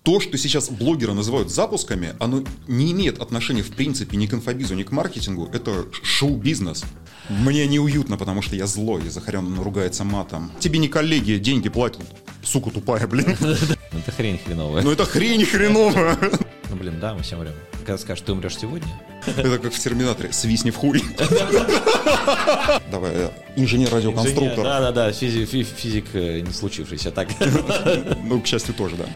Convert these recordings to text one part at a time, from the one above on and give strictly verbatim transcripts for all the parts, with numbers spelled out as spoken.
То, что сейчас блогеры называют запусками, оно не имеет отношения в принципе ни к инфобизу, ни к маркетингу. Это шоу-бизнес. Мне неуютно, потому что я злой, и Захарян ругается матом. Тебе не коллеги деньги платят, сука тупая, блин. Ну это хрень хреновая. Ну это хрень хреновая. Ну блин, да, мы все умрем. Когда скажешь, ты умрешь сегодня? Это как в «Терминаторе». Свистни в хуй. Давай, инженер-радиоконструктор. Да-да-да, физик, физик не случившийся, так. Ну, к счастью, тоже, да.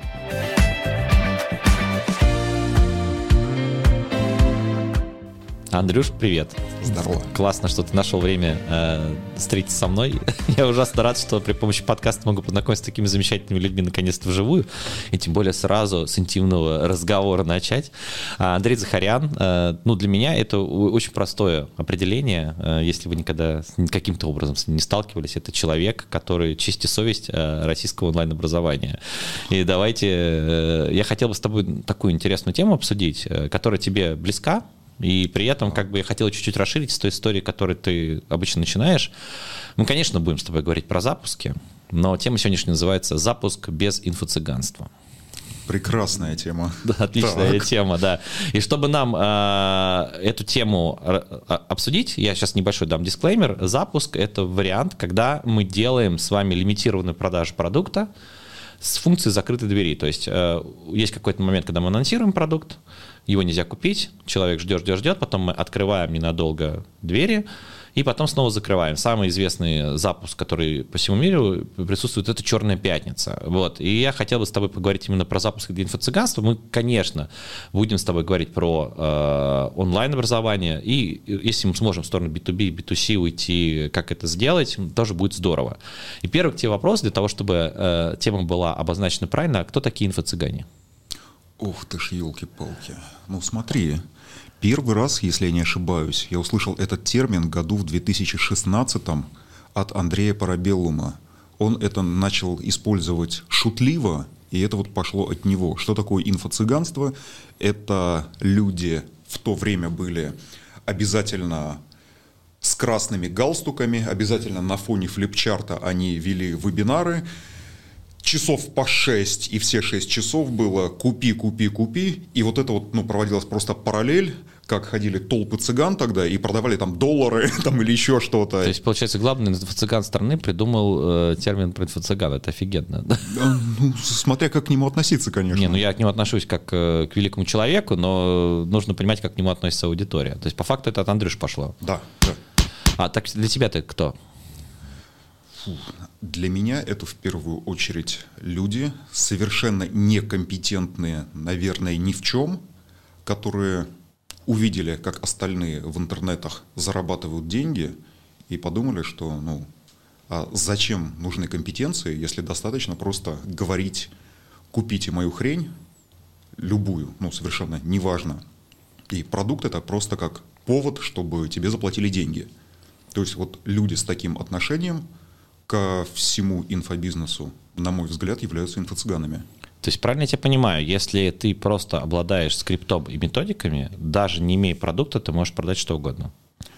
Андрюш, привет. Здорово. Классно, что ты нашел время э, встретиться со мной. Я ужасно рад, что при помощи подкаста могу познакомиться с такими замечательными людьми наконец-то вживую, и тем более сразу с интимного разговора начать. Андрей Захарян, э, ну для меня это очень простое определение, э, если вы никогда каким-то образом с ним не сталкивались, это человек, который честь и совесть э, российского онлайн-образования. И давайте, э, я хотел бы с тобой такую интересную тему обсудить, э, которая тебе близка. И при этом как бы я хотел чуть-чуть расширить с той истории, которой ты обычно начинаешь. Мы, конечно, будем с тобой говорить про запуски, но тема сегодняшняя называется «Запуск без инфо-цыганства». Прекрасная тема. Да, отличная так. тема, да. И чтобы нам э, эту тему э, обсудить, я сейчас небольшой дам дисклеймер. Запуск — это вариант, когда мы делаем с вами лимитированную продажу продукта с функцией закрытой двери. То есть э, есть какой-то момент, когда мы анонсируем продукт, его нельзя купить, человек ждет, ждет, ждет, потом мы открываем ненадолго двери и потом снова закрываем. Самый известный запуск, который по всему миру присутствует, это «Черная пятница». Вот. И я хотел бы с тобой поговорить именно про запуск инфо-цыганства. Мы, конечно, будем с тобой говорить про э, онлайн-образование, и если мы сможем в сторону би ту би и би ту си уйти, как это сделать, тоже будет здорово. И первый к тебе вопрос, для того, чтобы э, тема была обозначена правильно: кто такие инфо-цыгане? Ух ты ж, елки-палки. Ну смотри, первый раз, если я не ошибаюсь, я услышал этот термин году в две тысячи шестнадцатом от Андрея Парабеллума. Он это начал использовать шутливо, и это вот пошло от него. Что такое инфо-цыганство? Это люди в то время были обязательно с красными галстуками, обязательно на фоне флипчарта они вели вебинары, часов по шесть, и все шесть часов было «купи, купи, купи». И вот это вот, ну, проводилась просто параллель, как ходили толпы цыган тогда и продавали там доллары там, или еще что-то. То есть, получается, главный инфо-цыган страны придумал э, термин про инфо-цыган. Это офигенно. Ну, смотря как к нему относиться, конечно. Не, ну я к нему отношусь как э, к великому человеку, но нужно понимать, как к нему относится аудитория. То есть, по факту, это от Андрюши пошло. Да, да. А так для тебя ты кто? Для меня это в первую очередь люди, совершенно некомпетентные, наверное, ни в чем, которые увидели, как остальные в интернетах зарабатывают деньги, и подумали, что ну, а зачем нужны компетенции, если достаточно просто говорить: купите мою хрень, любую, ну совершенно неважно. И продукт — это просто как повод, чтобы тебе заплатили деньги. То есть вот люди с таким отношением ко всему инфобизнесу, на мой взгляд, являются инфо-цыганами. То есть, правильно я тебя понимаю, если ты просто обладаешь скриптом и методиками, даже не имея продукта, ты можешь продать что угодно?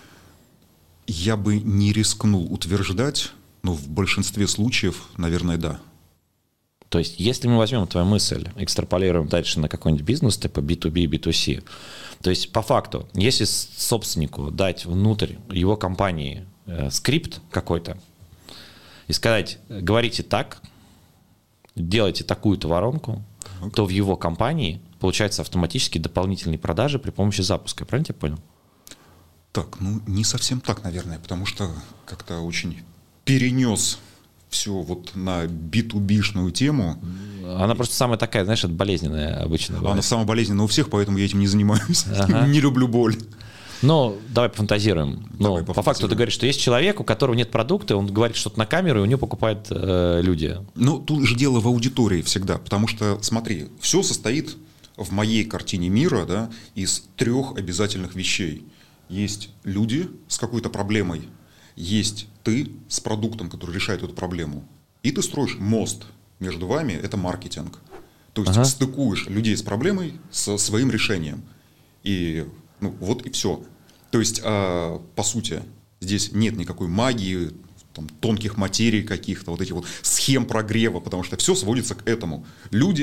Я бы не рискнул утверждать, но в большинстве случаев, наверное, да. То есть, если мы возьмем твою мысль, экстраполируем дальше на какой-нибудь бизнес, типа би ту би, би ту си, то есть, по факту, если собственнику дать внутрь его компании э, скрипт какой-то, и сказать: говорите так, делайте такую-то воронку, okay. то в его компании получаются автоматически дополнительные продажи при помощи запуска. Правильно я понял? Так, ну не совсем так, наверное, потому что как-то очень перенес все вот на би ту би-шную тему. Она просто самая такая, знаешь, это болезненная обычно. Она бывает. самая болезненная у всех, поэтому я этим не занимаюсь. Ага. Не люблю боль. Ну, давай пофантазируем. Давай ну, по факту ты говоришь, что есть человек, у которого нет продукта, он говорит что-то на камеру, и у него покупают э, люди. Ну, тут же дело в аудитории всегда, потому что, смотри, все состоит в моей картине мира, да, из трех обязательных вещей. Есть люди с какой-то проблемой, есть ты с продуктом, который решает эту проблему, и ты строишь мост между вами, это маркетинг. То есть ага. стыкуешь людей с проблемой со своим решением. И ну, вот и все. То есть, э, по сути, здесь нет никакой магии, там, тонких материй каких-то, вот этих вот схем прогрева, потому что все сводится к этому. Люди,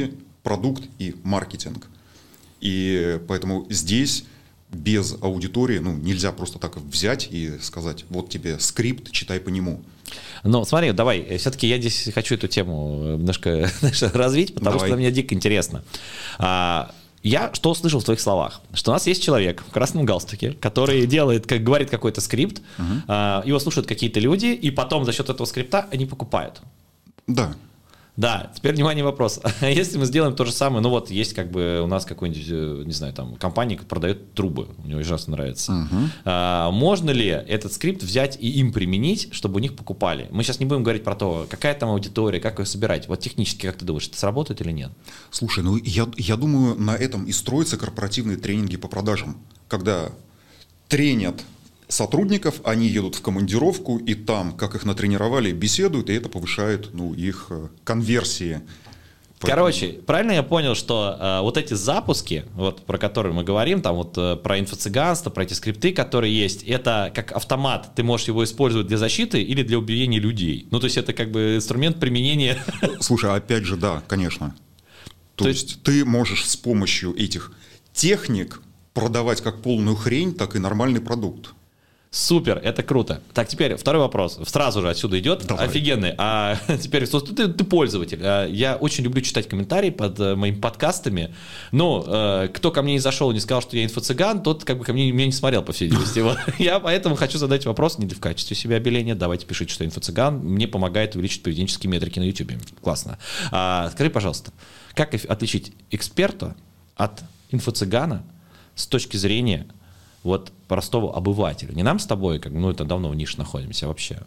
продукт и маркетинг. И поэтому здесь без аудитории ну, нельзя просто так взять и сказать, вот тебе скрипт, читай по нему. Ну, смотри, давай, все-таки я здесь хочу эту тему немножко развить, потому давай. Что мне дико интересно. А, я что услышал в твоих словах? Что у нас есть человек в красном галстуке, который делает, как говорит какой-то скрипт, угу. а, его слушают какие-то люди, и потом за счет этого скрипта они покупают. Да. Да, теперь, внимание, вопрос. Если мы сделаем то же самое, ну вот есть как бы у нас какой-нибудь, не знаю, там компания продает трубы, мне ужасно нравится. Uh-huh. А, можно ли этот скрипт взять и им применить, чтобы у них покупали? Мы сейчас не будем говорить про то, какая там аудитория, как ее собирать. Вот технически, как ты думаешь, это сработает или нет? Слушай, ну я, я думаю, на этом и строятся корпоративные тренинги по продажам, когда тренят сотрудников, они едут в командировку, и там, как их натренировали, беседуют, и это повышает ну, их конверсии. Короче, Поэтому... правильно я понял, что э, вот эти запуски, вот, про которые мы говорим, там вот э, про инфо-цыганство, про эти скрипты, которые есть, это как автомат, ты можешь его использовать для защиты или для убиения людей. Ну, то есть это как бы инструмент применения. Слушай, опять же, да, конечно. То, то есть ты можешь с помощью этих техник продавать как полную хрень, так и нормальный продукт. Супер, это круто. Так, теперь второй вопрос. Сразу же отсюда идет. Давай. Офигенный. А теперь ты, ты пользователь. Я очень люблю читать комментарии под моими подкастами. Но кто ко мне не зашел и не сказал, что я инфо-цыган, тот как бы ко мне меня не смотрел, по всей видимости. Я поэтому хочу задать вопрос не в качестве себя обеления. Давайте пишите, что инфо-цыган мне помогает увеличить поведенческие метрики на YouTube. Классно. А, скажи, пожалуйста, как отличить эксперта от инфо-цыгана с точки зрения вот простого обывателя? Не нам с тобой, как, ну это давно в нише находимся вообще.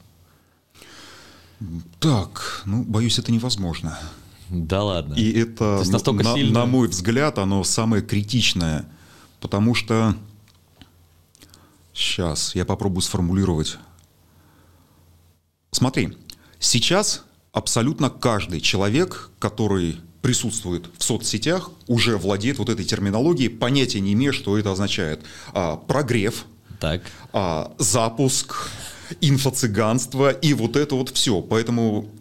Так, ну, боюсь, это невозможно. Да ладно. И это, ну, на, на мой взгляд, оно самое критичное, потому что... Сейчас, я попробую сформулировать. Смотри, сейчас абсолютно каждый человек, который... присутствует в соцсетях, уже владеет вот этой терминологией, понятия не имея, что это означает. А, прогрев, так. А, запуск, инфо-цыганство и вот это вот все. Поэтому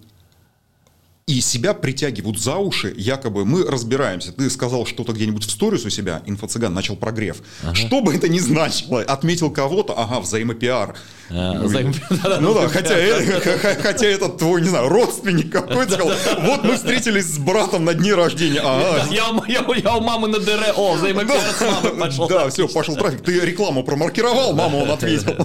и себя притягивают за уши, якобы мы разбираемся. Ты сказал что-то где-нибудь в сторис у себя, инфо-цыган, начал прогрев. Ага. Что бы это ни значило, отметил кого-то, ага, взаимопиар. А, взаим... Ну да, хотя, хотя этот твой, не знаю, родственник какой-то сказал, вот мы встретились с братом на дне рождения. Я у мамы на ДР, о, взаимопиар с мамой пошел. Да, все, пошел трафик. Ты рекламу промаркировал, мама, он ответил.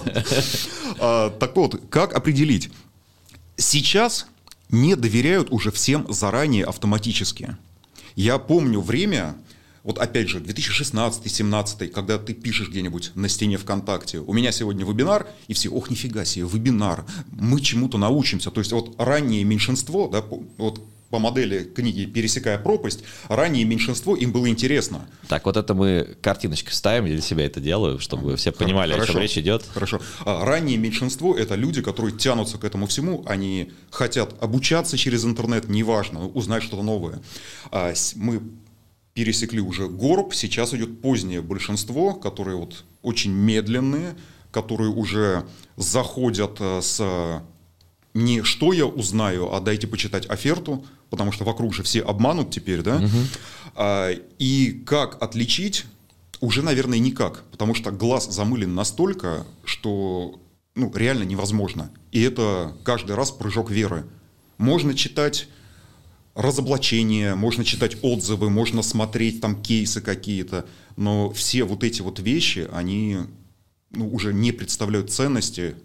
Так вот, как определить? Сейчас... не доверяют уже всем заранее автоматически. Я помню время, вот опять же, две тысячи шестнадцатый — две тысячи семнадцатый, когда ты пишешь где-нибудь на стене ВКонтакте, у меня сегодня вебинар, и все, ох, нифига себе, вебинар, мы чему-то научимся. То есть вот раннее меньшинство, да, вот по модели книги «Пересекая пропасть», раннее меньшинство, им было интересно. Так, вот это мы картиночкой ставим, я для себя это делаю, чтобы все понимали, Хорошо. О чем речь идет. Хорошо. А раннее меньшинство – это люди, которые тянутся к этому всему, они хотят обучаться через интернет, неважно, узнать что-то новое. А мы пересекли уже горб, сейчас идет позднее большинство, которые вот очень медленные, которые уже заходят с... не что я узнаю, а дайте почитать оферту, потому что вокруг же все обманут теперь, да? Угу. А, и как отличить? Уже, наверное, никак, потому что глаз замылен настолько, что ну, реально невозможно. И это каждый раз прыжок веры. Можно читать разоблачения, можно читать отзывы, можно смотреть там кейсы какие-то, но все вот эти вот вещи, они ну, уже не представляют ценности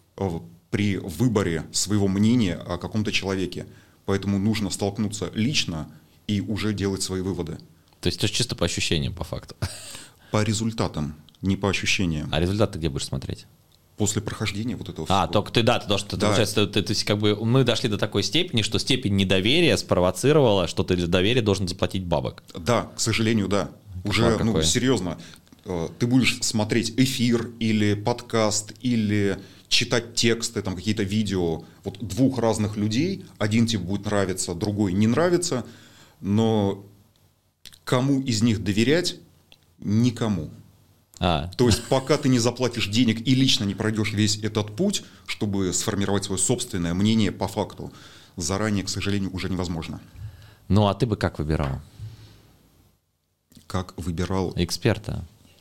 при выборе своего мнения о каком-то человеке. Поэтому нужно столкнуться лично и уже делать свои выводы. То есть это чисто по ощущениям, по факту? По результатам, не по ощущениям. А результат ты где будешь смотреть? После прохождения вот этого а, всего. только ты, да, ты должен, да. Получается, ты, ты, ты, как бы, мы дошли до такой степени, что степень недоверия спровоцировала, что ты для доверия должен заплатить бабок. Да, к сожалению, да. Уже, ну, серьезно, ты будешь смотреть эфир или подкаст, или читать тексты, там какие-то видео вот двух разных людей, один тебе будет нравиться, другой не нравится, но кому из них доверять? Никому. А. То есть пока ты не заплатишь денег и лично не пройдешь весь этот путь, чтобы сформировать свое собственное мнение по факту, заранее, к сожалению, уже невозможно. Ну а ты бы как выбирал? как выбирал... Эксперта.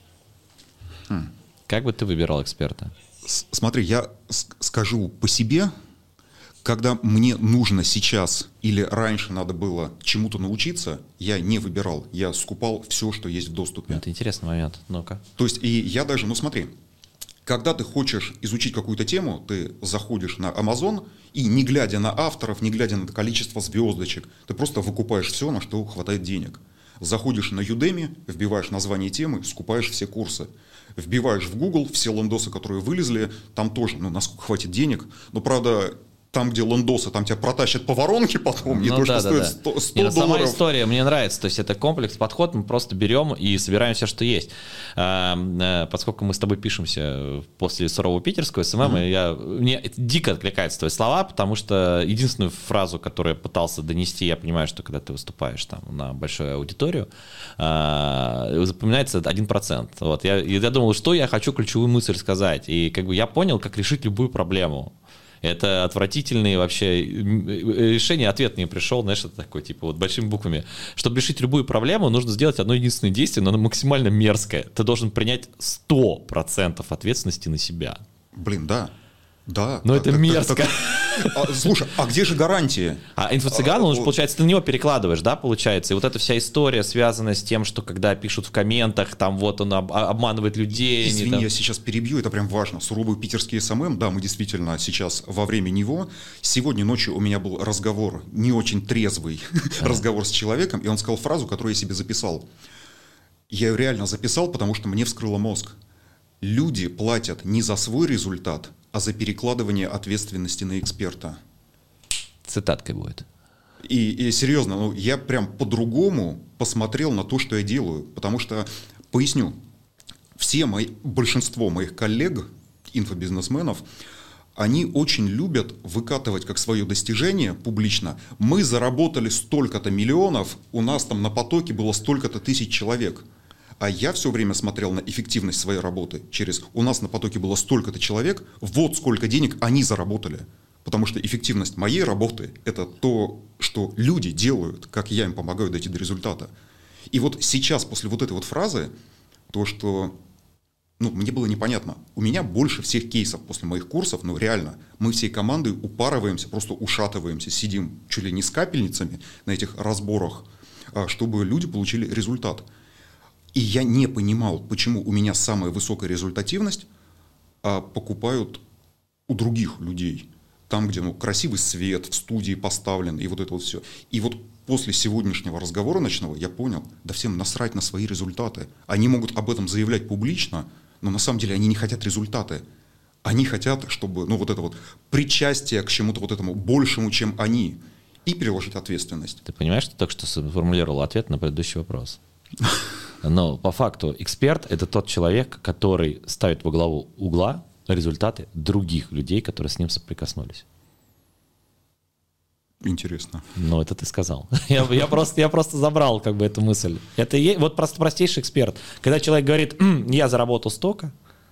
Хм. Как бы ты выбирал эксперта? С- смотри, я с- скажу по себе, когда мне нужно сейчас или раньше надо было чему-то научиться, я не выбирал, я скупал все, что есть в доступе. Это интересный момент, ну-ка. То есть, и я даже, ну смотри, когда ты хочешь изучить какую-то тему, ты заходишь на Amazon и, не глядя на авторов, не глядя на количество звездочек, ты просто выкупаешь все, на что хватает денег. Заходишь на Udemy, вбиваешь название темы, скупаешь все курсы. Вбиваешь в Google все лендосы, которые вылезли, там тоже, ну, насколько хватит денег. Но, правда, там, где лендосы, там тебя протащат по воронке потом, ну, и то, да, что да, стоит сто, сто Не, долларов. Сама история мне нравится, то есть это комплекс, подход, мы просто берем и собираем все, что есть. А, а, поскольку мы с тобой пишемся после сурового питерского эс эм эм, mm-hmm. я, мне дико откликаются твои слова, потому что единственную фразу, которую я пытался донести, я понимаю, что когда ты выступаешь там на большую аудиторию, а, запоминается один процент. Вот, я, я думал, что я хочу ключевую мысль сказать, и как бы я понял, как решить любую проблему. Это отвратительные вообще решения, ответ не пришел, знаешь, это такой, типа, вот большими буквами. Чтобы решить любую проблему, нужно сделать одно единственное действие, но оно максимально мерзкое. Ты должен принять сто процентов ответственности на себя. Блин, да. Да. Но это так, мерзко. Так, так, а, слушай, а где же гарантии? А инфо-цыган, он же, получается, ты на него перекладываешь, да, получается? И вот эта вся история связана с тем, что когда пишут в комментах, там вот он об, обманывает людей. Извини, там... я сейчас перебью, это прям важно. Суровый питерский эс эм эм, да, мы действительно сейчас во время него. Сегодня ночью у меня был разговор, не очень трезвый а. разговор с человеком, и он сказал фразу, которую я себе записал. Я ее реально записал, потому что мне вскрыло мозг. Люди платят не за свой результат, а за перекладывание ответственности на эксперта. Цитаткой будет. И, и серьезно, ну, я прям по-другому посмотрел на то, что я делаю. Потому что, поясню, все мои, большинство моих коллег, инфобизнесменов, они очень любят выкатывать как свое достижение публично. Мы заработали столько-то миллионов, у нас там на потоке было столько-то тысяч человек. А я все время смотрел на эффективность своей работы через «у нас на потоке было столько-то человек, вот сколько денег они заработали». Потому что эффективность моей работы – это то, что люди делают, как я им помогаю дойти до результата. И вот сейчас, после вот этой вот фразы, то, что ну, мне было непонятно. У меня больше всех кейсов после моих курсов, ну реально, мы всей командой упарываемся, просто ушатываемся, сидим чуть ли не с капельницами на этих разборах, чтобы люди получили результат. И я не понимал, почему у меня самая высокая результативность а покупают у других людей. Там, где ну, красивый свет, в студии поставлен, и вот это вот все. И вот после сегодняшнего разговора ночного я понял, да всем насрать на свои результаты. Они могут об этом заявлять публично, но на самом деле они не хотят результаты. Они хотят, чтобы ну, вот это вот причастие к чему-то вот этому большему, чем они, и переложить ответственность. Ты понимаешь, что ты только что сформулировал ответ на предыдущий вопрос? Но по факту эксперт — это тот человек, который ставит во главу угла результаты других людей, которые с ним соприкоснулись. Интересно. Ну, это ты сказал. Я, я, просто, я просто забрал как бы эту мысль. Это и, вот просто простейший эксперт. Когда человек говорит, я заработал столько,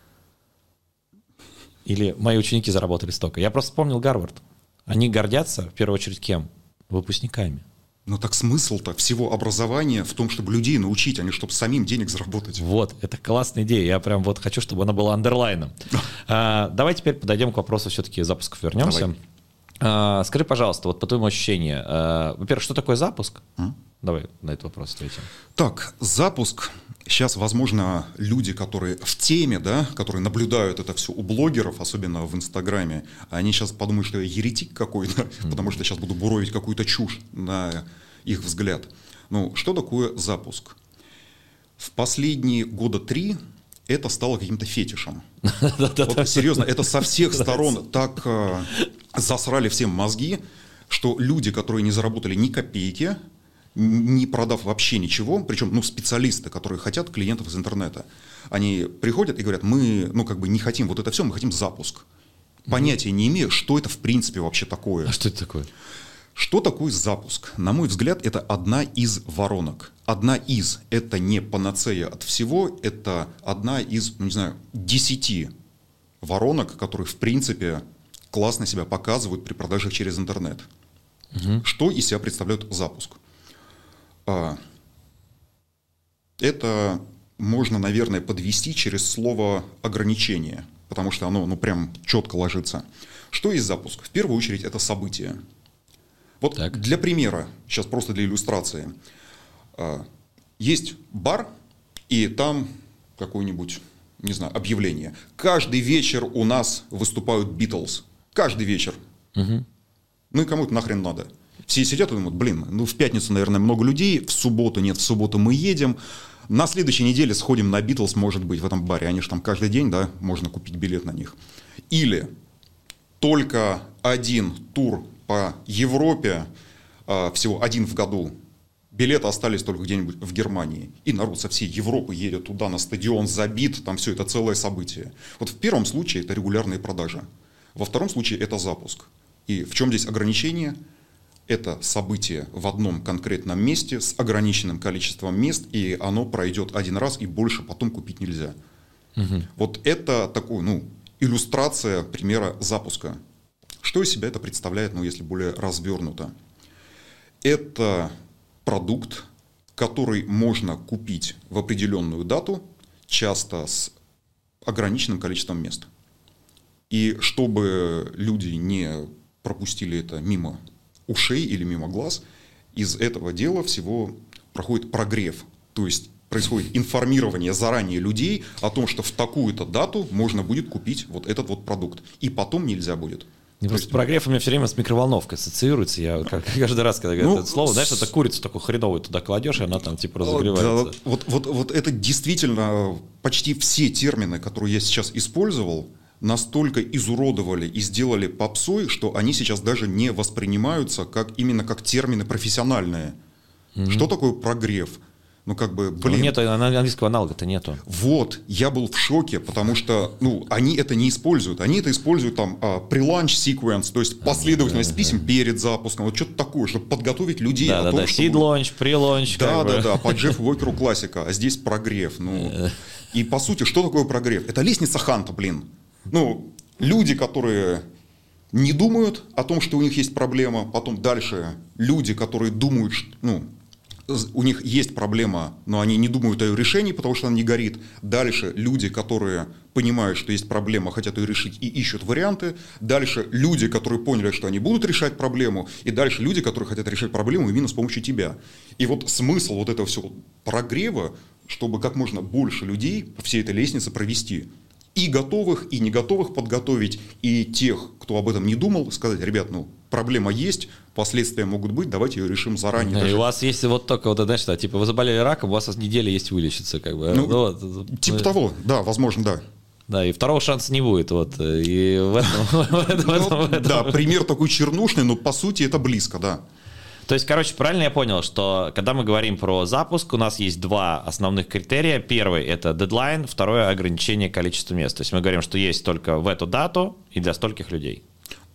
или мои ученики заработали столько. Я просто вспомнил Гарвард. Они гордятся, в первую очередь, кем? Выпускниками. Но так смысл-то всего образования в том, чтобы людей научить, а не чтобы самим денег заработать. Вот, это классная идея. Я прям вот хочу, чтобы она была андерлайном. а, давай теперь подойдем к вопросу все-таки запусков, вернемся. А, скажи, пожалуйста, вот по твоему ощущению, а, во-первых, что такое запуск? Mm? Давай на этот вопрос ответим. Так, запуск. Сейчас, возможно, люди, которые в теме, да, которые наблюдают это все у блогеров, особенно в Инстаграме, они сейчас подумают, что я еретик какой-то, mm-hmm. потому что я сейчас буду буровить какую-то чушь на их взгляд. Ну, что такое запуск? В последние года три это стало каким-то фетишем. Вот серьезно, это со всех сторон так засрали всем мозги, что люди, которые не заработали ни копейки, не продав вообще ничего, причем ну, специалисты, которые хотят клиентов из интернета, они приходят и говорят, мы ну, как бы не хотим вот это все, мы хотим запуск. Понятия не имея, что это в принципе вообще такое. А что это такое? Что такое запуск? На мой взгляд, это одна из воронок. Одна из. Это не панацея от всего, это одна из, ну, не знаю, десяти воронок, которые в принципе классно себя показывают при продажах через интернет. Угу. Что из себя представляет запуск? это можно, наверное, подвести через слово «ограничение», потому что оно ну, прям четко ложится. Что есть запуск? В первую очередь это событие. Вот так. Для примера, сейчас просто для иллюстрации. Есть бар, и там какое-нибудь, не знаю, объявление. Каждый вечер у нас выступают Битлз. Каждый вечер. Угу. Ну и кому это нахрен надо? Все сидят и думают, блин, ну в пятницу, наверное, много людей, в субботу нет, в субботу мы едем. На следующей неделе сходим на Битлз, может быть, в этом баре. Они же там каждый день, да, можно купить билет на них. Или только один тур по Европе, всего один в году. Билеты остались только где-нибудь в Германии. И народ со всей Европы едет туда, на стадион забит, там все это целое событие. Вот в первом случае это регулярные продажи. Во втором случае это запуск. И в чем здесь ограничение? Это событие в одном конкретном месте с ограниченным количеством мест, и оно пройдет один раз, и больше потом купить нельзя. Угу. Вот это такой, ну, иллюстрация примера запуска. Что из себя это представляет, ну, если более развернуто? Это продукт, который можно купить в определенную дату, часто с ограниченным количеством мест. И чтобы люди не пропустили это мимо ушей или мимо глаз, из этого дела всего проходит прогрев. То есть происходит информирование заранее людей о том, что в такую-то дату можно будет купить вот этот вот продукт. И потом нельзя будет. И просто есть... прогрев у меня все время с микроволновкой ассоциируется. Я каждый раз, когда говорю ну, это слово, знаешь, это курицу такую хреновую туда кладешь, и она там типа разогревается. Да, вот, вот, вот это действительно почти все термины, которые я сейчас использовал, настолько изуродовали и сделали попсой, что они сейчас даже не воспринимаются как, именно как термины профессиональные. Mm-hmm. Что такое прогрев? Ну, как бы, блин. Ну, нет, английского аналога-то нету. Вот, я был в шоке, потому что, ну, они это не используют. Они это используют там pre-launch sequence, то есть последовательность писем перед запуском. Вот что-то такое, чтобы подготовить людей да, о да, том, да, чтобы... seed-launch, pre-launch. Да, да, бы. да, по Джеффу Уокеру классика, а здесь прогрев. Ну, и по сути, что такое прогрев? Это лестница Ханта, блин. Ну, люди, которые не думают о том, что у них есть проблема, потом дальше люди, которые думают, что, ну, у них есть проблема, но они не думают о ее решении, потому что она не горит. Дальше люди, которые понимают, что есть проблема, хотят ее решить и ищут варианты. Дальше люди, которые поняли, что они будут решать проблему. И дальше люди, которые хотят решать проблему именно с помощью тебя. И вот смысл вот этого всего прогрева, чтобы как можно больше людей по всей этой лестнице провести. И готовых, и не готовых подготовить, и тех, кто об этом не думал, сказать, ребят, ну, проблема есть, последствия могут быть, давайте ее решим заранее. И даже. у вас есть вот только вот, знаешь, что, типа, вы заболели раком, у вас неделя есть вылечиться, как бы. Ну, ну, вот, типа ну, того, да, возможно, да. Да, и второго шанса не будет, вот, и в этом... Да, пример такой чернушный, но по сути это близко, да. То есть, короче, правильно я понял, что когда мы говорим про запуск, у нас есть два основных критерия. Первый — это дедлайн, второе — ограничение количества мест. То есть мы говорим, что есть только в эту дату и для стольких людей.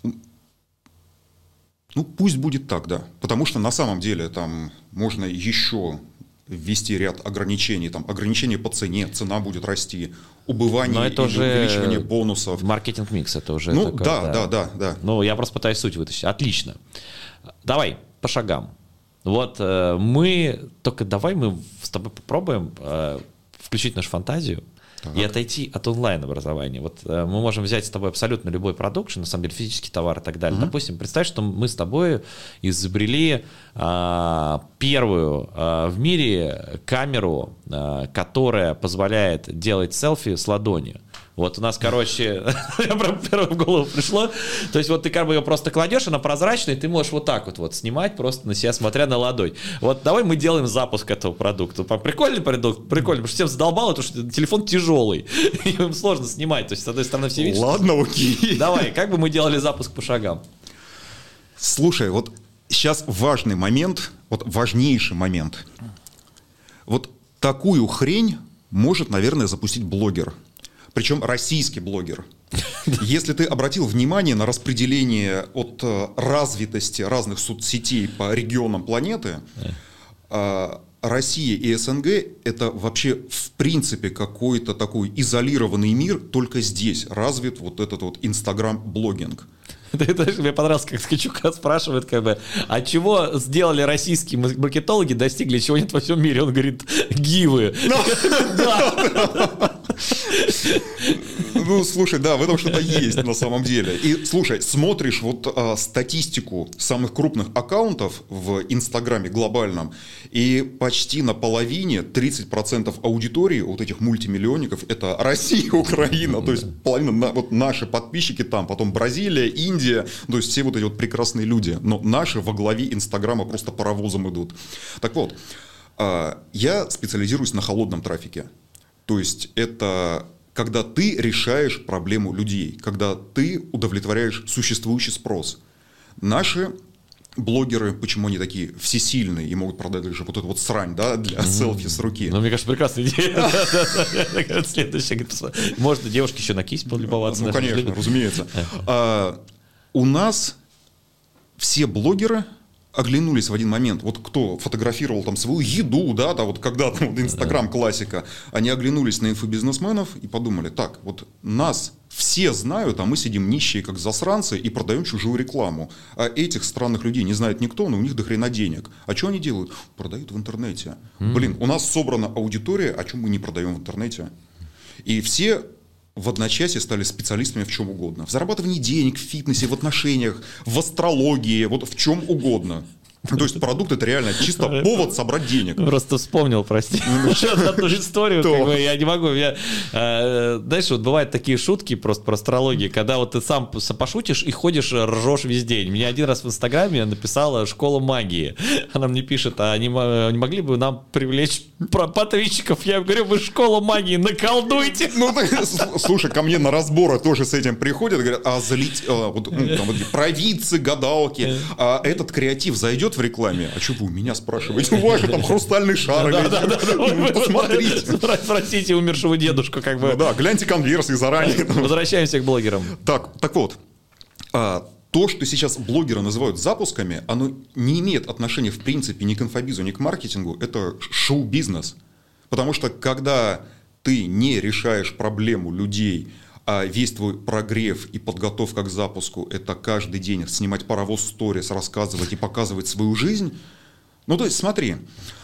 Ну, пусть будет так, да. Потому что на самом деле там можно еще ввести ряд ограничений. Там ограничения по цене, цена будет расти, убывание или увеличивание бонусов. Маркетинг-микс это уже... Ну, такое, да, да, да, да, да. Ну, я просто пытаюсь суть вытащить. Отлично. Давай. По шагам. Вот э, мы, только давай мы с тобой попробуем э, включить нашу фантазию так. и отойти от онлайн-образования. Вот э, мы можем взять с тобой абсолютно любой продукшн, на самом деле физический товар и так далее. Mm-hmm. Допустим, представь, что мы с тобой изобрели э, первую э, в мире камеру, э, которая позволяет делать селфи с ладонью. Вот у нас, короче, первое в голову пришло. То есть вот ты как бы ее просто кладешь, она прозрачная, и ты можешь вот так вот, вот снимать просто на себя, смотря на ладонь. Вот давай мы делаем запуск этого продукта. Прикольный продукт? Прикольный, потому что всем задолбало, потому что телефон тяжелый, им сложно снимать. То есть с одной стороны все видят. Ладно, окей. Давай, как бы мы делали запуск по шагам? Слушай, вот сейчас важный момент, вот важнейший момент. Вот такую хрень может, наверное, запустить блогер. Причем российский блогер. Если ты обратил внимание на распределение от развитости разных соцсетей по регионам планеты, Россия и СНГ – это вообще в принципе какой-то такой изолированный мир, только здесь развит вот этот вот инстаграм-блогинг. Мне понравилось, как Ткачука спрашивает, как бы, а чего сделали российские маркетологи, достигли, чего нет во всем мире? Он говорит, гивы. Ну, слушай, да, в этом что-то есть на самом деле. И, слушай, смотришь вот а, статистику самых крупных аккаунтов в Инстаграме глобальном, и почти на половине, тридцать процентов аудитории вот этих мультимиллионников, это Россия, Украина, то есть половина, вот наши подписчики там, потом Бразилия, Индия, то есть все вот эти вот прекрасные люди, но наши во главе Инстаграма просто паровозом идут. Так вот, а, я специализируюсь на холодном трафике, то есть это... когда ты решаешь проблему людей, когда ты удовлетворяешь существующий спрос. Наши блогеры, почему они такие всесильные и могут продать даже вот эту вот срань, да, для mm-hmm. селфи с руки. Ну, мне кажется, прекрасная идея. Следующая. Можно девушке еще на кисть полюбоваться. Ну, конечно, разумеется. У нас все блогеры оглянулись в один момент, вот кто фотографировал там свою еду, да, да вот когда-то вот Инстаграм классика, они оглянулись на инфобизнесменов и подумали, так, вот нас все знают, а мы сидим нищие, как засранцы, и продаем чужую рекламу. А этих странных людей не знает никто, но у них дохрена денег. А что они делают? Продают в интернете. Mm-hmm. Блин, у нас собрана аудитория, о чем мы не продаем в интернете. И все в одночасье стали специалистами в чем угодно. В зарабатывании денег, в фитнесе, в отношениях, в астрологии, вот в чем угодно. То есть продукт это реально чисто повод собрать денег. Просто вспомнил, прости, еще одну историю. Как бы, я не могу. Я, э, знаешь, вот бывают такие шутки просто про астрологию, когда вот ты сам пошутишь и ходишь, ржешь весь день. Мне один раз в Инстаграме написала «Школа магии». Она мне пишет, а не, не могли бы нам привлечь подписчиков? Я говорю, вы школа магии, наколдуйте. Ну, слушай, ко мне на разборы тоже с этим приходят, говорят, а залить, а, вот, ну, там, вот, провидцы, гадалки, а этот креатив зайдет в рекламе? А что вы у меня спрашиваете? У вас же там хрустальный шар. Посмотрите. Простите умершего дедушку, как бы. Да, гляньте конверсии заранее. Возвращаемся к блогерам. Так, так вот. То, что сейчас блогеры называют запусками, оно не имеет отношения в принципе ни к инфобизу, ни к маркетингу. Это шоу-бизнес. Потому что когда ты не решаешь проблему людей, а весь твой прогрев и подготовка к запуску – это каждый день снимать паровоз сторис, рассказывать и показывать свою жизнь. Ну, то есть, смотри,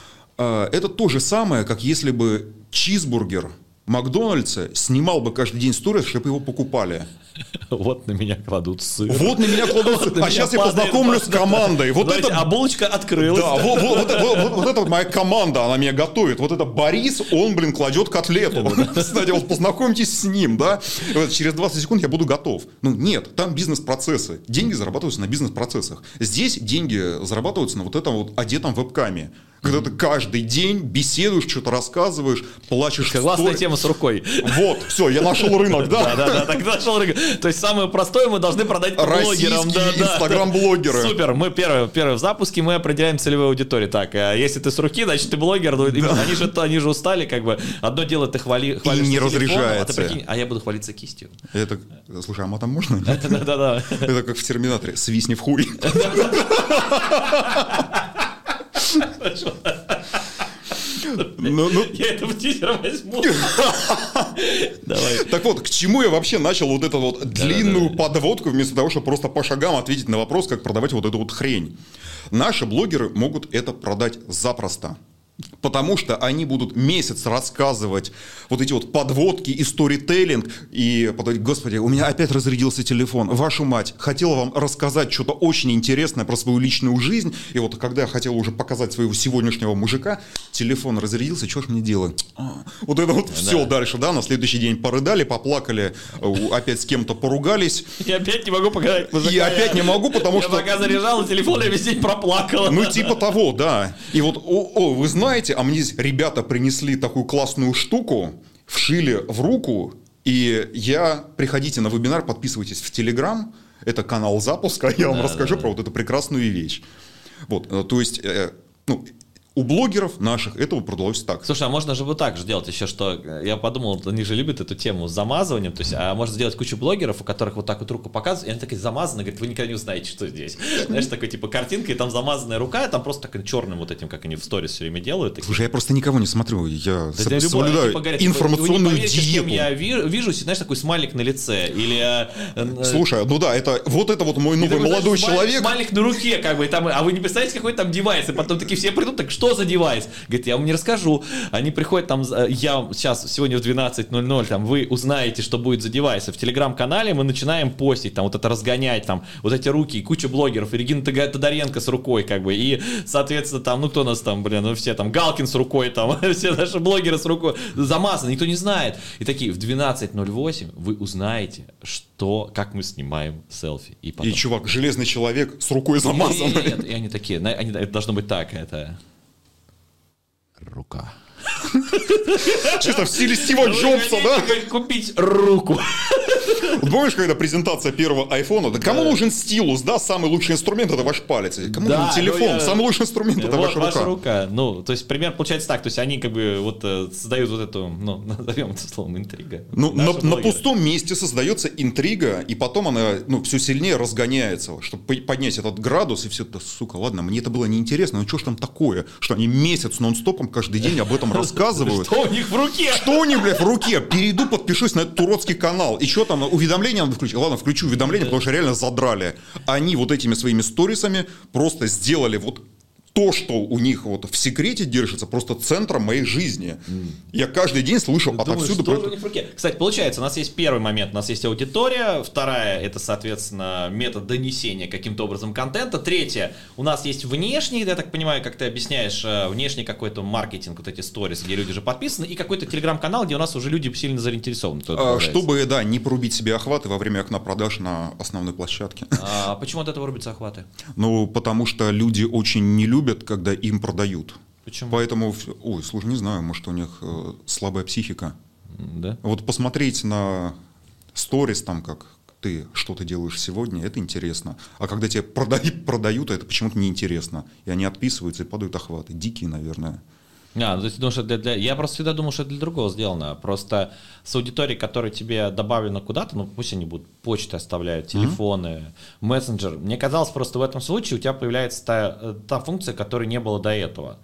это то же самое, как если бы чизбургер Макдональдса снимал бы каждый день сторис, чтобы его покупали. Вот на меня кладут сыр. Вот на меня кладут сыр. Вот а сейчас я познакомлюсь с командой. Вот Знаете, это... А булочка открылась. Да, вот, вот, вот, вот, вот это вот моя команда, она меня готовит. Вот это Борис, он, блин, кладет котлету. Кстати, вот познакомьтесь с ним, да. Вот через двадцать секунд я буду готов. Ну нет, там бизнес-процессы. Деньги зарабатываются на бизнес-процессах. Здесь деньги зарабатываются на вот этом вот одетом вебкаме. Когда ты каждый день беседуешь, что-то рассказываешь, плачешь. Классная тема с рукой. Вот, все, я нашел рынок, да? Да, да, да, так нашел рынок. То есть самое простое мы должны продать блогерам. Российские инстаграм-блогеры. Супер, мы первые, первые в запуске, мы определяем целевую аудиторию. Так, а если ты с руки, значит ты блогер. Да. Они, же, они же устали, как бы. Одно дело ты хвали, хвалишься и не телефоном, разряжается. А, ты прикинь, а я буду хвалиться кистью. Это, слушай, а матом можно? Да-да-да. Это как в Терминаторе. Свистни в хуй. Ну, ну. Я это в тизер возьму. Давай. Так вот, к чему я вообще начал вот эту вот длинную да, да, да. подводку, вместо того, чтобы просто по шагам ответить на вопрос, как продавать вот эту вот хрень. Наши блогеры могут это продать запросто. Потому что они будут месяц рассказывать вот эти вот подводки и сторителлинг, и подумать, господи, у меня опять разрядился телефон, вашу мать, хотела вам рассказать что-то очень интересное про свою личную жизнь, и вот когда я хотел уже показать своего сегодняшнего мужика, телефон разрядился, что ж мне делать? А, вот это вот да. все дальше, да, на следующий день порыдали, поплакали, опять с кем-то поругались. И опять не могу показать мужика. И опять не могу, потому я что... Я пока заряжал телефон, я весь день проплакала. Ну типа того, да. И вот, о, о, вы знаете, Знаете, а мне ребята принесли такую классную штуку, вшили в руку, и я, приходите на вебинар, подписывайтесь в Телеграм, это канал запуска, я вам да, расскажу да, про да. вот эту прекрасную вещь. Вот, то есть, ну, У блогеров наших этого продалось так. Слушай, а можно же вот так же делать еще, что я подумал, они же любят эту тему с замазыванием, то есть, а можно сделать кучу блогеров, у которых вот так вот руку показывают, и они такие замазаны, говорят, вы никогда не узнаете, что здесь. Знаешь, такой типа картинка, и там замазанная рука, и там просто так черным вот этим, как они в сторис все время делают. Такие. Слушай, я просто никого не смотрю, я Да, со- любой, соблюдаю типа, говорят, информационную вы не поверите, с кем диету. я ви- вижу, знаешь, такой смайлик на лице, или... э, Слушай, ну да, это вот это вот мой И новый такой, молодой знаешь, человек. Смайлик на руке, как бы, там, а вы не представляете, какой там девайс? И потом такие все придут, так что за девайс? Говорит, я вам не расскажу. Они приходят там, я сейчас сегодня в двенадцать ноль ноль, там, вы узнаете, что будет за девайсы. В телеграм-канале мы начинаем постить, там, вот это разгонять, там, вот эти руки, и куча блогеров, и Регина Тодоренко с рукой, как бы, и, соответственно, там, ну, кто у нас там, блин, ну, все там, Галкин с рукой, там, все наши блогеры с рукой, замазаны, никто не знает. И такие, в двенадцать ноль восемь вы узнаете, что, как мы снимаем селфи. И, потом... И чувак, железный человек с рукой замазанной. Нет, нет, и они такие, они, это должно быть так, это... Рука. Чисто в стиле Стива Джобса, да? Купить руку. Вот помнишь, когда презентация первого айфона? Да кому нужен стилус, да? Самый лучший инструмент — это ваш палец. Кому Да, нужен телефон? ну я- Самый лучший инструмент — это Вот ваша рука. Ну, то есть пример получается так, то есть они как бы вот э, создают вот эту, ну, назовем это словом интрига. Ну, на, Наши на блогеры. пустом месте создается интрига, и потом она, ну, все сильнее разгоняется, чтобы по- поднять этот градус, и все это, сука, ладно, мне это было неинтересно, но что ж там такое, что они месяц нон-стопом каждый день об этом рассказывают. Что у них в руке? Что у них, блядь, в руке? Перейду, подпишусь на этот уродский канал. И что там, уведомления надо включить? Ладно, включу уведомления, потому что реально задрали. Они вот этими своими сторисами просто сделали вот то, что у них вот в секрете держится, просто центром моей жизни. Я каждый день слышу Думаю, отовсюду что про же у это. них в руке? Кстати, получается, у нас есть первый момент, у нас есть аудитория, вторая — это, соответственно, метод донесения каким-то образом контента, третье — у нас есть внешний, я так понимаю, как ты объясняешь, э, внешний какой-то маркетинг, вот эти сторис, где люди уже подписаны, и какой-то телеграм-канал, где у нас уже люди сильно заинтересованы. кто это А, появляется. Чтобы, да, не порубить себе охваты во время окна продаж на основной площадке. А почему от этого рубятся охваты? Ну, потому что люди очень не любят, когда им продают. Почему? Поэтому, в- ой, слушай, не знаю, может, у них э, слабая психика. М, Да? Вот посмотреть на сторис, там, как ты что-то делаешь сегодня, это интересно. А когда тебе продают, продают это почему-то неинтересно. И они отписываются и падают охваты. Дикие, наверное. А, ну, то есть ты думаешь, что для, для... Я просто всегда думал, что это для другого сделано. Просто с аудиторией, которая тебе добавлена куда-то, ну пусть они будут почты оставляют, телефоны, mm-hmm. мессенджер. Мне казалось, просто в этом случае у тебя появляется та, та функция, которой не было до этого.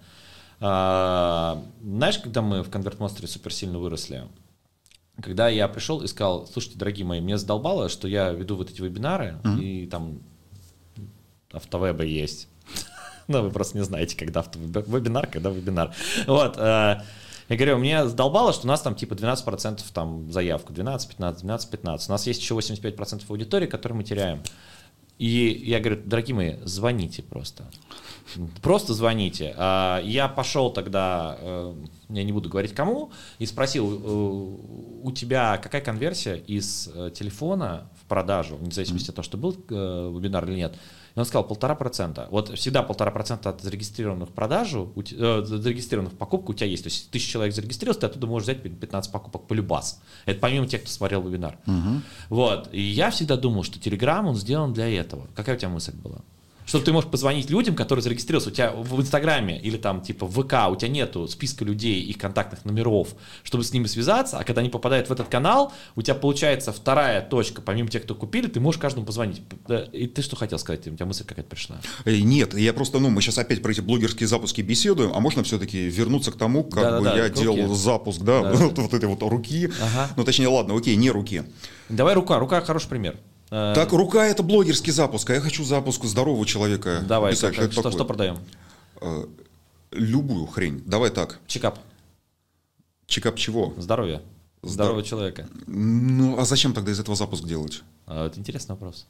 А, знаешь, когда мы в ConvertMaster супер сильно выросли, когда я пришел и сказал, слушайте, дорогие мои, мне задолбало, что я веду вот эти вебинары, mm-hmm. и там автовеба есть. Ну, вы просто не знаете, когда вебинар, когда вебинар. Вот. Э, я говорю, мне задолбало, что у нас там типа двенадцать процентов там заявку, двенадцать, пятнадцать, двенадцать, пятнадцать. У нас есть еще восемьдесят пять процентов аудитории, которую мы теряем. И я говорю, дорогие мои, звоните просто. Просто звоните. А я пошел тогда, э, я не буду говорить кому, и спросил, э, у тебя какая конверсия из э, телефона в продажу, вне зависимости от того, что был э, вебинар или нет. И он сказал, полтора процента. Вот всегда полтора процента от зарегистрированных в продажу, у, э, зарегистрированных в покупку у тебя есть. То есть тысяча человек зарегистрировался, ты оттуда можешь взять пятнадцать покупок по любас. Это помимо тех, кто смотрел вебинар. Угу. Вот. И я всегда думал, что Telegram, он сделан для этого. Какая у тебя мысль была? Что ты можешь позвонить людям, которые зарегистрировались. У тебя в Инстаграме или там типа в ВК у тебя нету списка людей, их контактных номеров, чтобы с ними связаться, а когда они попадают в этот канал, у тебя получается вторая точка, помимо тех, кто купили, ты можешь каждому позвонить. И ты что хотел сказать? У тебя мысль какая-то пришла? Нет, я просто, ну, мы сейчас опять про эти блогерские запуски беседуем, а можно все-таки вернуться к тому, как Да, бы да, я да, делал руки. запуск, да, Да, вот, да. вот этой вот руки. Ага. Ну, точнее, ладно, окей, не руки. Давай рука. Рука хороший пример. Э, Так, рука — это блогерский запуск, а я хочу запуск здорового человека. Давай, писать, как- это что, такое? что продаем? Э, Любую хрень. Давай так. Чекап. Чекап чего? Здоровье. Здорового человека. Ну, а зачем тогда из этого запуск делать? А, Это интересный вопрос.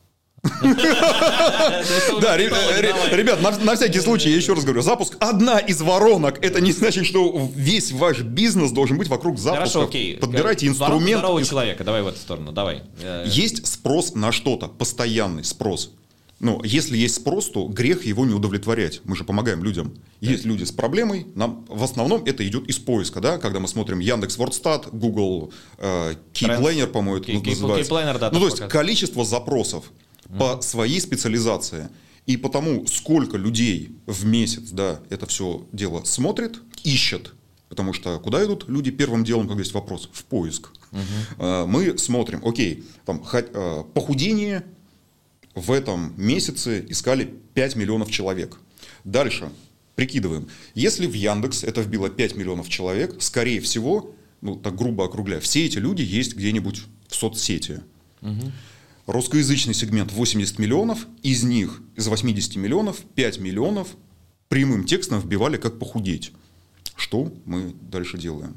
Да, ре- ре- ребят, на, на всякий случай, я еще раз говорю, запуск одна из воронок. Это не значит, что весь ваш бизнес должен быть вокруг запуска. Хорошо, окей. Подбирайте Воронка инструмент. здорового из- человека. Давай в эту сторону. Давай. Э, Есть спрос на что-то, постоянный спрос. Ну, если есть спрос, то грех его не удовлетворять. Мы же помогаем людям. Есть люди с проблемой, нам в основном это идет из поиска, да, когда мы смотрим Яндекс.Вордстат, Google э, Key Trends. Planner, по-моему, это Key- Key- называется. Key Planner, да, ну, то тоже есть показывает. количество запросов по своей специализации. И потому, сколько людей в месяц, да, это все дело смотрит, ищет, потому что куда идут люди первым делом, как есть вопрос, в поиск. Uh-huh. Мы смотрим, окей, там, похудение в этом месяце искали пять миллионов человек. Дальше прикидываем, если в Яндекс это вбило пять миллионов человек, скорее всего, ну так грубо округляя, все эти люди есть где-нибудь в соцсети. Uh-huh. Русскоязычный сегмент восемьдесят миллионов, из них, из восьмидесяти миллионов, пять миллионов прямым текстом вбивали как похудеть. Что мы дальше делаем?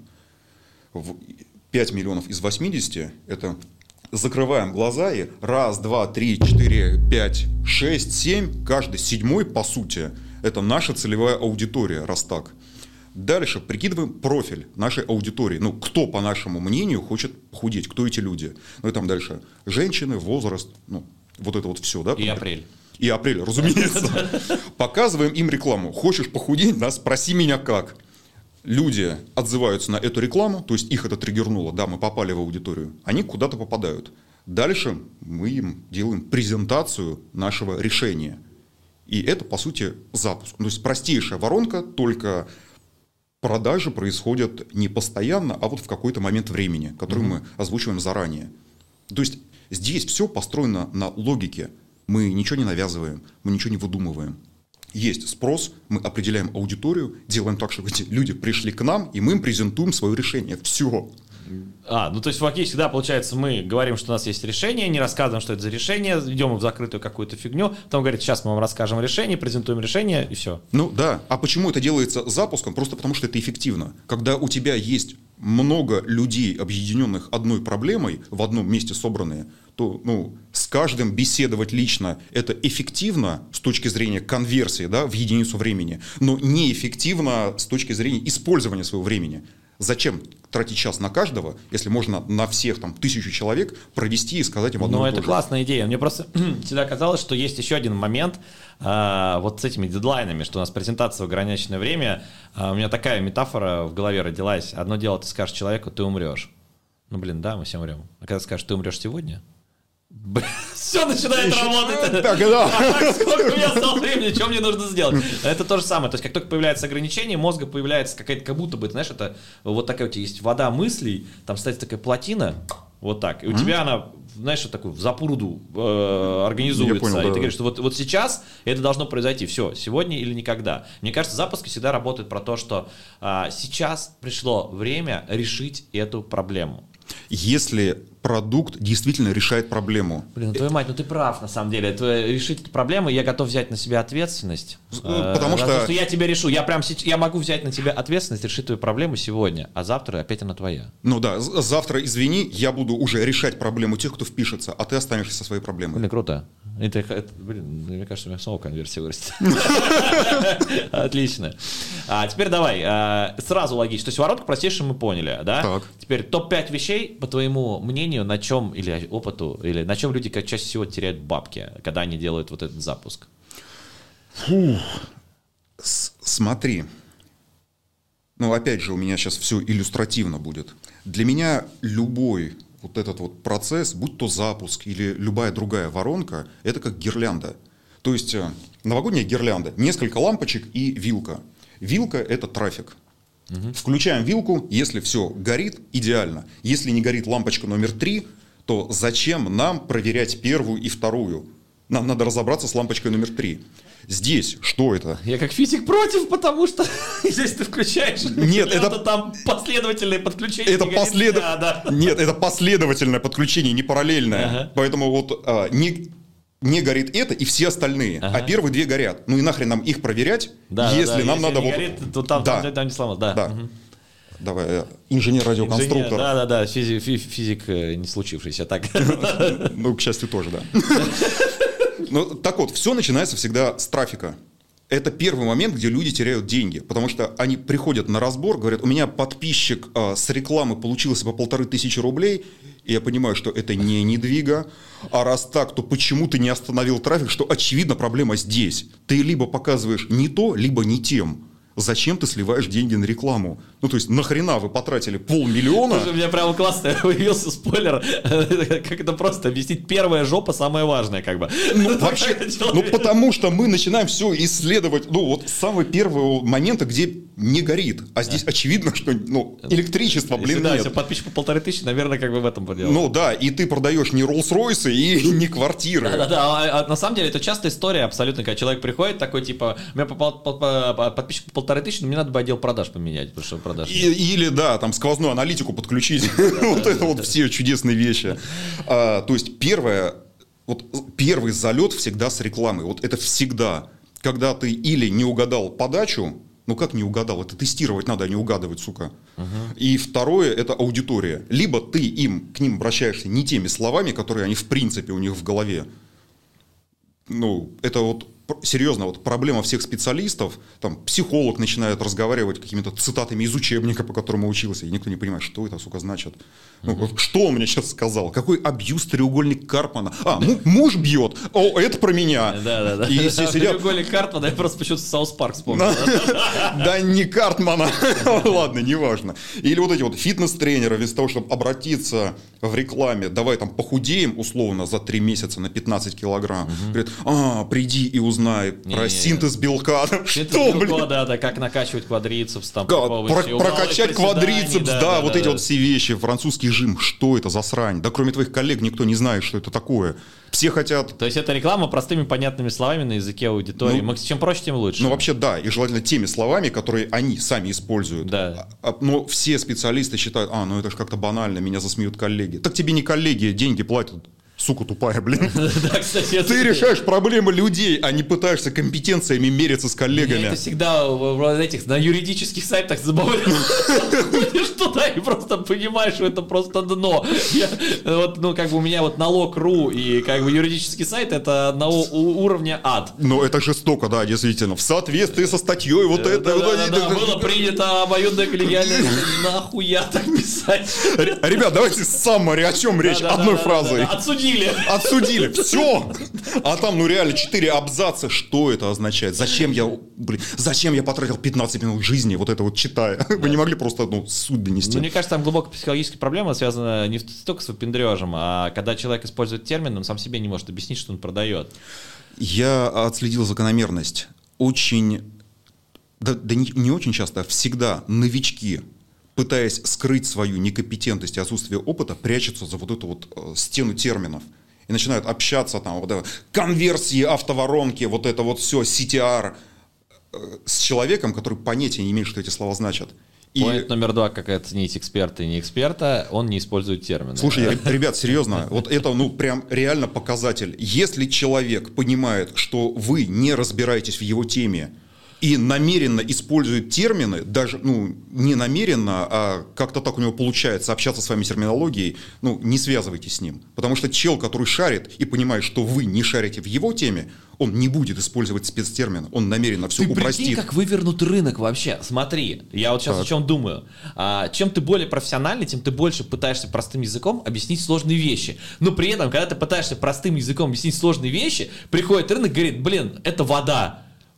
пять миллионов из восьмидесяти – это закрываем глаза и раз, два, три, четыре, пять, шесть, семь, каждый седьмой, по сути, это наша целевая аудитория, раз так. Дальше прикидываем профиль нашей аудитории. Ну, кто, по нашему мнению, хочет похудеть, кто эти люди. Ну и там дальше женщины, возраст, ну, вот это вот все, да? И апрель. И апрель, разумеется. Показываем им рекламу. Хочешь похудеть, да, спроси меня как. Люди отзываются на эту рекламу, то есть их это триггернуло, да, мы попали в аудиторию, они куда-то попадают. Дальше мы им делаем презентацию нашего решения. И это, по сути, запуск. То есть простейшая воронка, только продажи происходят не постоянно, а вот в какой-то момент времени, который mm-hmm. мы озвучиваем заранее. То есть здесь все построено на логике. Мы ничего не навязываем, мы ничего не выдумываем. Есть спрос, мы определяем аудиторию, делаем так, чтобы эти люди пришли к нам, и мы им презентуем свое решение. Все. А, ну то есть фактически, да, получается, мы говорим, что у нас есть решение, не рассказываем, что это за решение, идем в закрытую какую-то фигню, потом говорит, сейчас мы вам расскажем решение, презентуем решение, и все. Ну да, а почему это делается запуском? Просто потому, что это эффективно. Когда у тебя есть много людей, объединенных одной проблемой, в одном месте собранные, то ну, с каждым беседовать лично это эффективно с точки зрения конверсии, да, в единицу времени, но неэффективно с точки зрения использования своего времени. Зачем тратить час на каждого, если можно на всех там тысячу человек провести и сказать им одно и то же? Ну, это классная идея. Мне просто всегда казалось, что есть еще один момент э, вот с этими дедлайнами, что у нас презентация в ограниченное время. Э, у меня такая метафора в голове родилась. Одно дело, ты скажешь человеку, ты умрешь. Ну, блин, да, мы все умрем. А когда скажешь, ты умрешь сегодня, все начинает работать. Так, да. А так, сколько у меня осталось времени, что мне нужно сделать? Это то же самое. То есть, как только появляется ограничение, мозга появляется какая-то, как будто бы, знаешь, это вот такая у тебя есть вода мыслей, там стоит такая плотина, вот так, и у тебя она, знаешь, такую в запруду э, организуется. Понял, и да. Ты говоришь, что вот, вот сейчас это должно произойти. Все, сегодня или никогда. Мне кажется, запуски всегда работают про то, что э, сейчас пришло время решить эту проблему. Если продукт действительно решает проблему. Блин, ну твою мать, ну ты прав, на самом деле. Это решить эту проблему, я готов взять на себя ответственность. Потому что... Потому что я тебе решу. Я прям сейчас, я могу взять на себя ответственность, решить твою проблему сегодня, а завтра опять она твоя. Ну да, завтра, извини, я буду уже решать проблему тех, кто впишется, а ты останешься со своей проблемой. Блин, круто. Это, это, блин, мне кажется, у меня снова конверсия вырастет. Отлично. А теперь давай, сразу логично. То есть воронку простейшую мы поняли, да? Теперь топ пять вещей, по твоему мнению, на чем, или опыту, или на чем люди как чаще всего теряют бабки, когда они делают вот этот запуск? Фу. Смотри. Ну, опять же, у меня сейчас все иллюстративно будет. Для меня любой вот этот вот процесс, будь то запуск или любая другая воронка, это как гирлянда. То есть новогодняя гирлянда, несколько лампочек и вилка. Вилка – это трафик. Угу. Включаем вилку, если все горит, идеально. Если не горит лампочка номер три, то зачем нам проверять первую и вторую? Нам надо разобраться с лампочкой номер три. Здесь что это? Я как физик против, потому что здесь ты включаешь. Нет, это там последовательное подключение. Это послед... а, да. Нет, это последовательное подключение, не параллельное. Ага. Поэтому вот а, не, не горит это и все остальные, ага. а первые две горят. Ну и нахрен нам их проверять, да, если да, нам если надо не вот. Горит, то там, да. там, там не сломалось. Да. да. Угу. Давай, инженер-радиоконструктор. Да, да, да, физик, физик не случившийся, так. Ну, к счастью, тоже, да. Ну, так вот, все начинается всегда с трафика. Это первый момент, где люди теряют деньги, потому что они приходят на разбор, говорят, у меня подписчик а, с рекламы получился по полторы тысячи рублей, и я понимаю, что это не недвига, а раз так, то почему ты не остановил трафик, что очевидно проблема здесь. Ты либо показываешь не то, либо не тем. Зачем ты сливаешь деньги на рекламу? Ну, то есть, нахрена вы потратили полмиллиона? Слушай, у меня прямо классно появился спойлер. Как это просто объяснить? Первая жопа самое важное, как бы. Ну, вообще, ну, потому что мы начинаем все исследовать, ну, вот с самого первого момента, где не горит. А здесь очевидно, что, ну, электричества, блин, да, нет. если подписчик по полторы тысячи, наверное, как бы в этом поделал. Ну, да, и ты продаешь не Роллс-Ройсы и не квартиры. Да-да-да, а, а на самом деле это частая история абсолютно, когда человек приходит такой, типа, у меня попал, по, по, подписчик по полторы тысячи, но мне надо бы отдел продаж поменять, потому что продаж. И, или, да, там сквозную аналитику подключить. Вот это вот все чудесные вещи. То есть первое, вот первый залет всегда с рекламой. Вот это всегда. Когда ты или не угадал подачу, ну как не угадал, это тестировать надо, а не угадывать, сука. И второе, это аудитория. Либо ты им, к ним обращаешься не теми словами, которые они в принципе у них в голове. Ну, это вот серьезно, вот проблема всех специалистов, там, психолог начинает разговаривать какими-то цитатами из учебника, по которому учился, и никто не понимает, что это, сука, значит. Ну, вот что он мне сейчас сказал? Какой абьюз треугольник Карпмана? А, ну, муж бьет. О, это про меня. Да-да-да. И все сидят... Треугольник Карпмана, я просто почему-то Саус Парк вспомнил. Да не Картмана. Ладно, неважно. Или вот эти вот фитнес-тренеры, вместо того, чтобы обратиться в рекламе, давай там похудеем условно за три месяца на пятнадцать килограмм. Говорят, а, приди и узнай про синтез белка. Что, блин? Да, да, как накачивать квадрицепс, там, прокачать квадрицепс, да, вот эти вот все вещи, французский жим, что это за срань? Да кроме твоих коллег никто не знает, что это такое. Все хотят... То есть это реклама простыми понятными словами на языке аудитории. Ну, чем проще, тем лучше. Ну вообще да, и желательно теми словами, которые они сами используют. Да. Но все специалисты считают, а, ну это же как-то банально, меня засмеют коллеги. Так тебе не коллеги, деньги платят. Сука тупая, блин. Да, кстати, это... Ты решаешь проблемы людей, а не пытаешься компетенциями мериться с коллегами. Меня это всегда в этих, на юридических сайтах забавляет. Ходишь туда и просто понимаешь, что это просто дно. Я, вот, ну, как бы у меня вот налог точка ру и как бы юридический сайт — это одного уровня ад. Ну, это жестоко, да, действительно. В соответствии со статьей вот это... Да, да, да, было принято обоюдное коллегиальное. Нахуя так писать? Ребят, давайте саммари, о чем речь? Одной фразой. Отсудили. Отсудили, все. А там, ну реально, четыре абзаца. Что это означает? Зачем я, блин, зачем я потратил пятнадцать минут жизни, вот это вот читая? Да. Вы не могли просто, ну, суть донести? Ну, мне кажется, там глубокая психологическая проблема связана не столько с выпендрежем, а когда человек использует термин, он сам себе не может объяснить, что он продает. Я отследил закономерность. Очень, да, да не, не очень часто, а всегда новички, пытаясь скрыть свою некомпетентность и отсутствие опыта, прячутся за вот эту вот э, стену терминов. И начинают общаться, там, вот это, конверсии, автоворонки, вот это вот все, си ти ар, э, с человеком, который понятия не имеет, что эти слова значат. И... Point номер два, как оценить эксперта и не эксперта, он не использует термины. Слушай, ребят, серьезно, вот это, ну, прям реально показатель. Если человек понимает, что вы не разбираетесь в его теме, и намеренно использует термины, даже, ну, не намеренно, а как-то так у него получается общаться с вами терминологией, ну, не связывайтесь с ним. Потому что чел, который шарит и понимает, что вы не шарите в его теме, он не будет использовать спецтермины, он намеренно все ты упростит. Ты прикинь, как вывернут рынок вообще. Смотри, я вот сейчас так. о чем думаю. А, чем ты более профессиональный, тем ты больше пытаешься простым языком объяснить сложные вещи. Но при этом, когда ты пытаешься простым языком объяснить сложные вещи, приходит рынок и говорит, блин, это вода.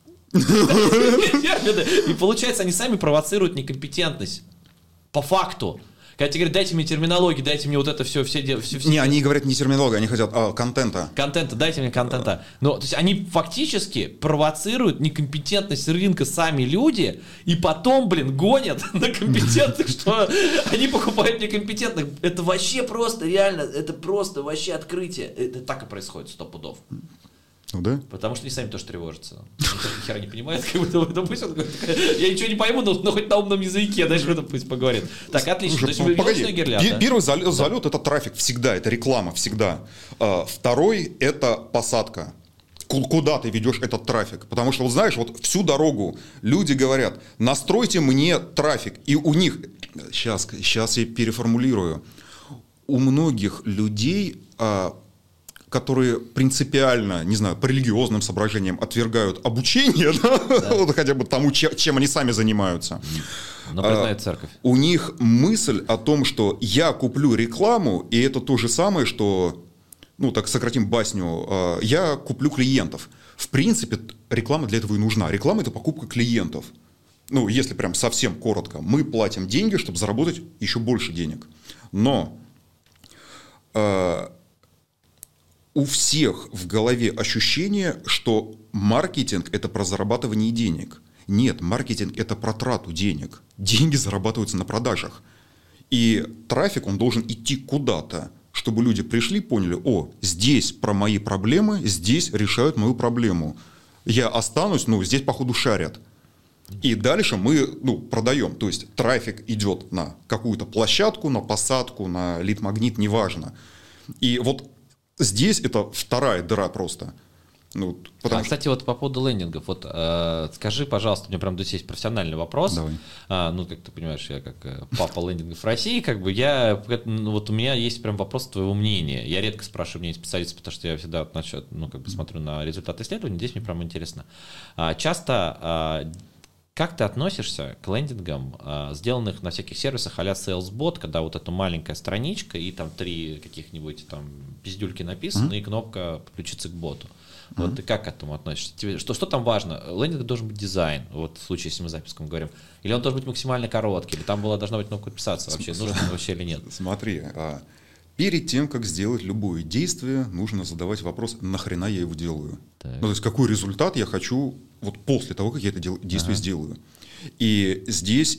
И получается, они сами провоцируют некомпетентность. По факту. Когда тебе говорят, дайте мне терминологию, дайте мне вот это все, все, все, все. Не, они говорят не терминологию, они хотят а, контента. Контента, дайте мне контента. Но, то есть они фактически провоцируют некомпетентность рынка сами люди, и потом, блин, гонят на компетентных, что они покупают некомпетентных. Это вообще просто, реально, это просто вообще открытие. Это так и происходит, сто пудов. Ну, да? Потому что они сами тоже тревожатся. Они тоже ни хера не понимают, как бы, ну, пусть он, я ничего не пойму, но, но хоть на умном языке, дальше это пусть поговорит. Так, отлично. Слушай, то есть, ну, погоди, гирлянда. Первый залет, залет да. это трафик всегда, это реклама всегда. А, второй это посадка. Куда ты ведешь этот трафик? Потому что, вот знаешь, вот всю дорогу люди говорят, настройте мне трафик. И у них, сейчас, сейчас я переформулирую, у многих людей... А, которые принципиально, не знаю, по религиозным соображениям отвергают обучение, да? Да. Вот хотя бы тому, чем они сами занимаются. Но признает церковь. А, у них мысль о том, что я куплю рекламу, и это то же самое, что, ну так сократим басню, я куплю клиентов. В принципе, реклама для этого и нужна. Реклама – это покупка клиентов. Ну, если прям совсем коротко, мы платим деньги, чтобы заработать еще больше денег. Но э, у всех в голове ощущение, что маркетинг – это про зарабатывание денег. Нет, маркетинг – это про трату денег. Деньги зарабатываются на продажах. И трафик, он должен идти куда-то, чтобы люди пришли, поняли, о, здесь про мои проблемы, здесь решают мою проблему. Я останусь, ну, здесь, походу, шарят. И дальше мы, ну, продаем. То есть трафик идет на какую-то площадку, на посадку, на лид-магнит, неважно. И вот здесь это вторая дыра просто. Ну, а, кстати, что... вот по поводу лендингов, вот э, скажи, пожалуйста, у меня прям здесь есть профессиональный вопрос. Давай. А, ну, как ты понимаешь, я как э, папа лендингов России, как бы я, ну, вот у меня есть прям вопрос твоего мнения. Я редко спрашиваю мнение специалистов, потому что я всегда, значит, ну, как бы смотрю на результаты исследований, здесь мне прям интересно. А, часто, а, как ты относишься к лендингам, а, сделанных на всяких сервисах а-ля SalesBot, когда вот эта маленькая страничка и там три каких-нибудь там пиздюльки написаны, mm-hmm. и кнопка подключиться к боту. Вот mm-hmm. ты как к этому относишься? Тебе, что, что там важно? Лендинг должен быть дизайн, вот в случае, если мы записком говорим. Или он должен быть максимально короткий, или там была, должна быть кнопка подписаться вообще, нужно вообще или нет? Смотри, а, перед тем, как сделать любое действие, нужно задавать вопрос, нахрена я его делаю? Ну, то есть, какой результат я хочу вот после того, как я это дел- действие ага. сделаю. И здесь,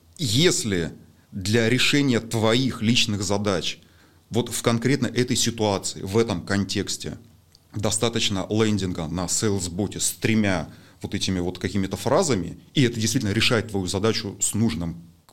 если для решения твоих личных задач, вот в конкретно этой ситуации, в этом контексте, достаточно лендинга на SalesBot с тремя вот этими вот какими-то фразами, и это действительно решает твою задачу с нужным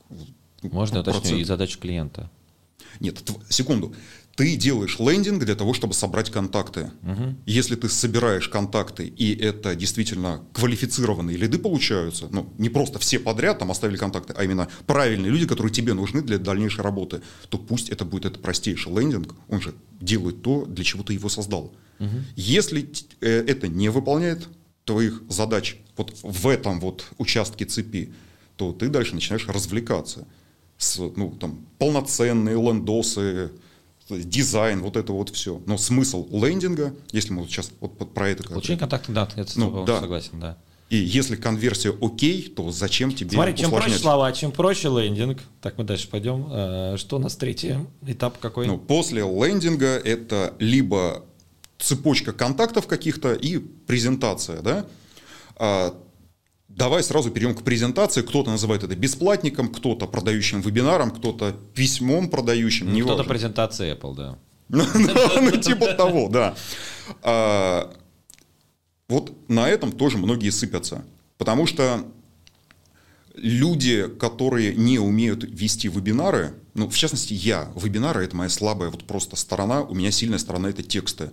Можно уточнить и задачу клиента? Нет, тв- секунду. Ты делаешь лендинг для того, чтобы собрать контакты. Угу. Если ты собираешь контакты, и это действительно квалифицированные лиды получаются, ну, не просто все подряд там оставили контакты, а именно правильные люди, которые тебе нужны для дальнейшей работы, то пусть это будет это простейший лендинг, он же делает то, для чего ты его создал. Угу. Если э, это не выполняет твоих задач вот в этом вот участке цепи, то ты дальше начинаешь развлекаться. С, ну, там, полноценные лендосы, дизайн, вот это вот все. Но смысл лендинга, если мы вот сейчас вот про это... Получение контакта, да, я с тобой да. согласен, да. И если конверсия окей, то зачем тебе Смотри, чем усложнять? проще слова, чем проще лендинг. Так, мы дальше пойдем. Что у нас третий этап какой? Ну, после лендинга это либо цепочка контактов каких-то и презентация, да? А, давай сразу перейдем к презентации. Кто-то называет это бесплатником, кто-то продающим вебинаром, кто-то письмом продающим. Ну, кто-то презентацией Apple, да. Ну, типа того, да. Вот на этом тоже многие сыпятся. Потому что люди, которые не умеют вести вебинары, ну, в частности, я, вебинары – это моя слабая вот просто сторона, у меня сильная сторона – это тексты.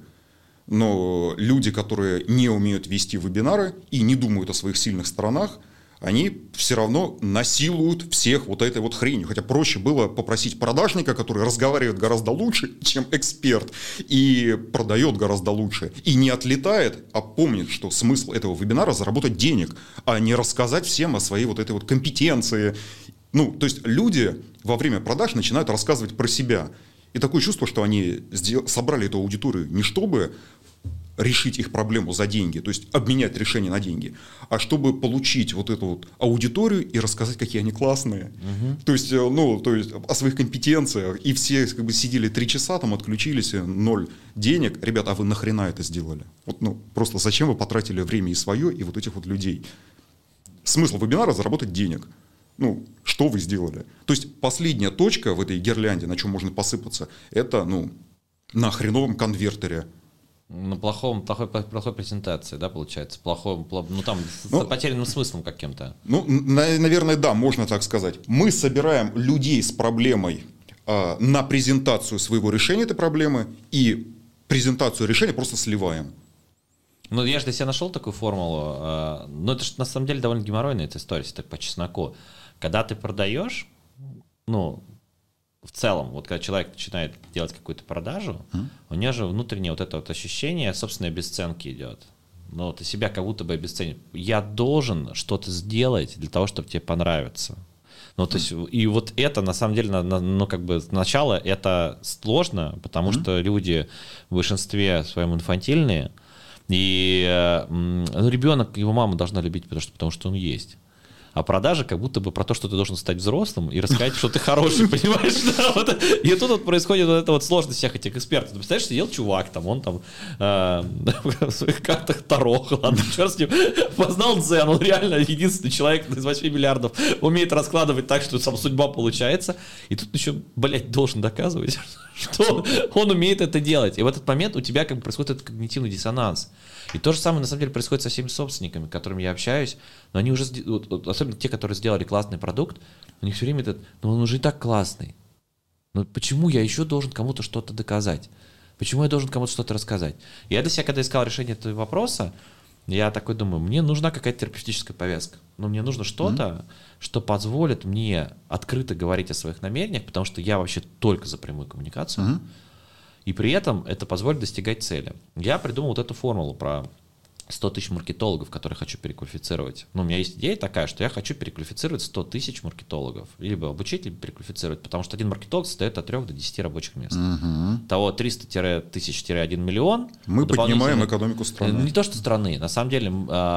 Но люди, которые не умеют вести вебинары и не думают о своих сильных сторонах, они все равно насилуют всех вот этой вот хренью. Хотя проще было попросить продажника, который разговаривает гораздо лучше, чем эксперт, и продает гораздо лучше, и не отлетает, а помнит, что смысл этого вебинара – заработать денег, а не рассказать всем о своей вот этой вот компетенции. Ну, то есть люди во время продаж начинают рассказывать про себя. И такое чувство, что они сдел- собрали эту аудиторию не чтобы решить их проблему за деньги, то есть обменять решение на деньги, а чтобы получить вот эту вот аудиторию и рассказать, какие они классные. Угу. То есть, ну, то есть о своих компетенциях. И все как бы сидели три часа, там отключились, ноль денег. Ребята, а вы нахрена это сделали? Вот, ну, просто зачем вы потратили время и свое, и вот этих вот людей? Смысл вебинара – заработать денег. Ну, что вы сделали? То есть последняя точка в этой гирлянде, на чем можно посыпаться, это, ну, на хреновом конвертере. На плохом, плохой, плохой презентации, да, получается? Плохом, ну там, ну, с потерянным смыслом каким-то. Ну, на, наверное, да, можно так сказать. Мы собираем людей с проблемой э, на презентацию своего решения этой проблемы и презентацию решения просто сливаем. Ну, я же для себя нашел такую формулу. Э, но это же на самом деле довольно геморройная эта история, если так по чесноку. Когда ты продаешь, ну, в целом, вот когда человек начинает делать какую-то продажу, mm. у него же внутреннее вот это вот ощущение собственной обесценки идет. Ну, вот ты себя как будто бы обесценишь. Я должен что-то сделать для того, чтобы тебе понравиться. Ну, то есть, и вот это, на самом деле, ну, как бы сначала это сложно, потому mm. что люди в большинстве своем инфантильные, и ну, ребенок, его мама должна любить, потому что, потому что он есть. А продажа как будто бы про то, что ты должен стать взрослым и рассказать, что ты хороший, понимаешь? Да, вот. И тут вот происходит вот эта вот сложность всех этих экспертов. Ты представляешь, сидел чувак, там, он там э, в своих картах Таро, ладно, черт с ним, познал дзен, он реально единственный человек из восьми миллиардов, умеет раскладывать так, что сам судьба получается. И тут еще, блядь, должен доказывать, что он умеет это делать. И в этот момент у тебя как бы происходит этот когнитивный диссонанс. И то же самое, на самом деле, происходит со всеми собственниками, с которыми я общаюсь, но они уже, особенно те, которые сделали классный продукт, у них все время этот, ну он уже и так классный. Но почему я еще должен кому-то что-то доказать? Почему я должен кому-то что-то рассказать? Я для себя, когда искал решение этого вопроса, я такой думаю, мне нужна какая-то терапевтическая повестка. Но мне нужно что-то, mm-hmm. что позволит мне открыто говорить о своих намерениях, потому что я вообще только за прямую коммуникацию. Mm-hmm. И при этом это позволит достигать цели. Я придумал вот эту формулу про сто тысяч маркетологов, которые хочу переквалифицировать. Ну, у меня есть идея такая, что я хочу переквалифицировать сто тысяч маркетологов. Либо обучить, либо переквалифицировать. Потому что один маркетолог состоит от трёх до десяти рабочих мест. Угу. Того триста тысяч - один миллион. Мы поднимаем экономику страны. Не то, что страны. На самом деле,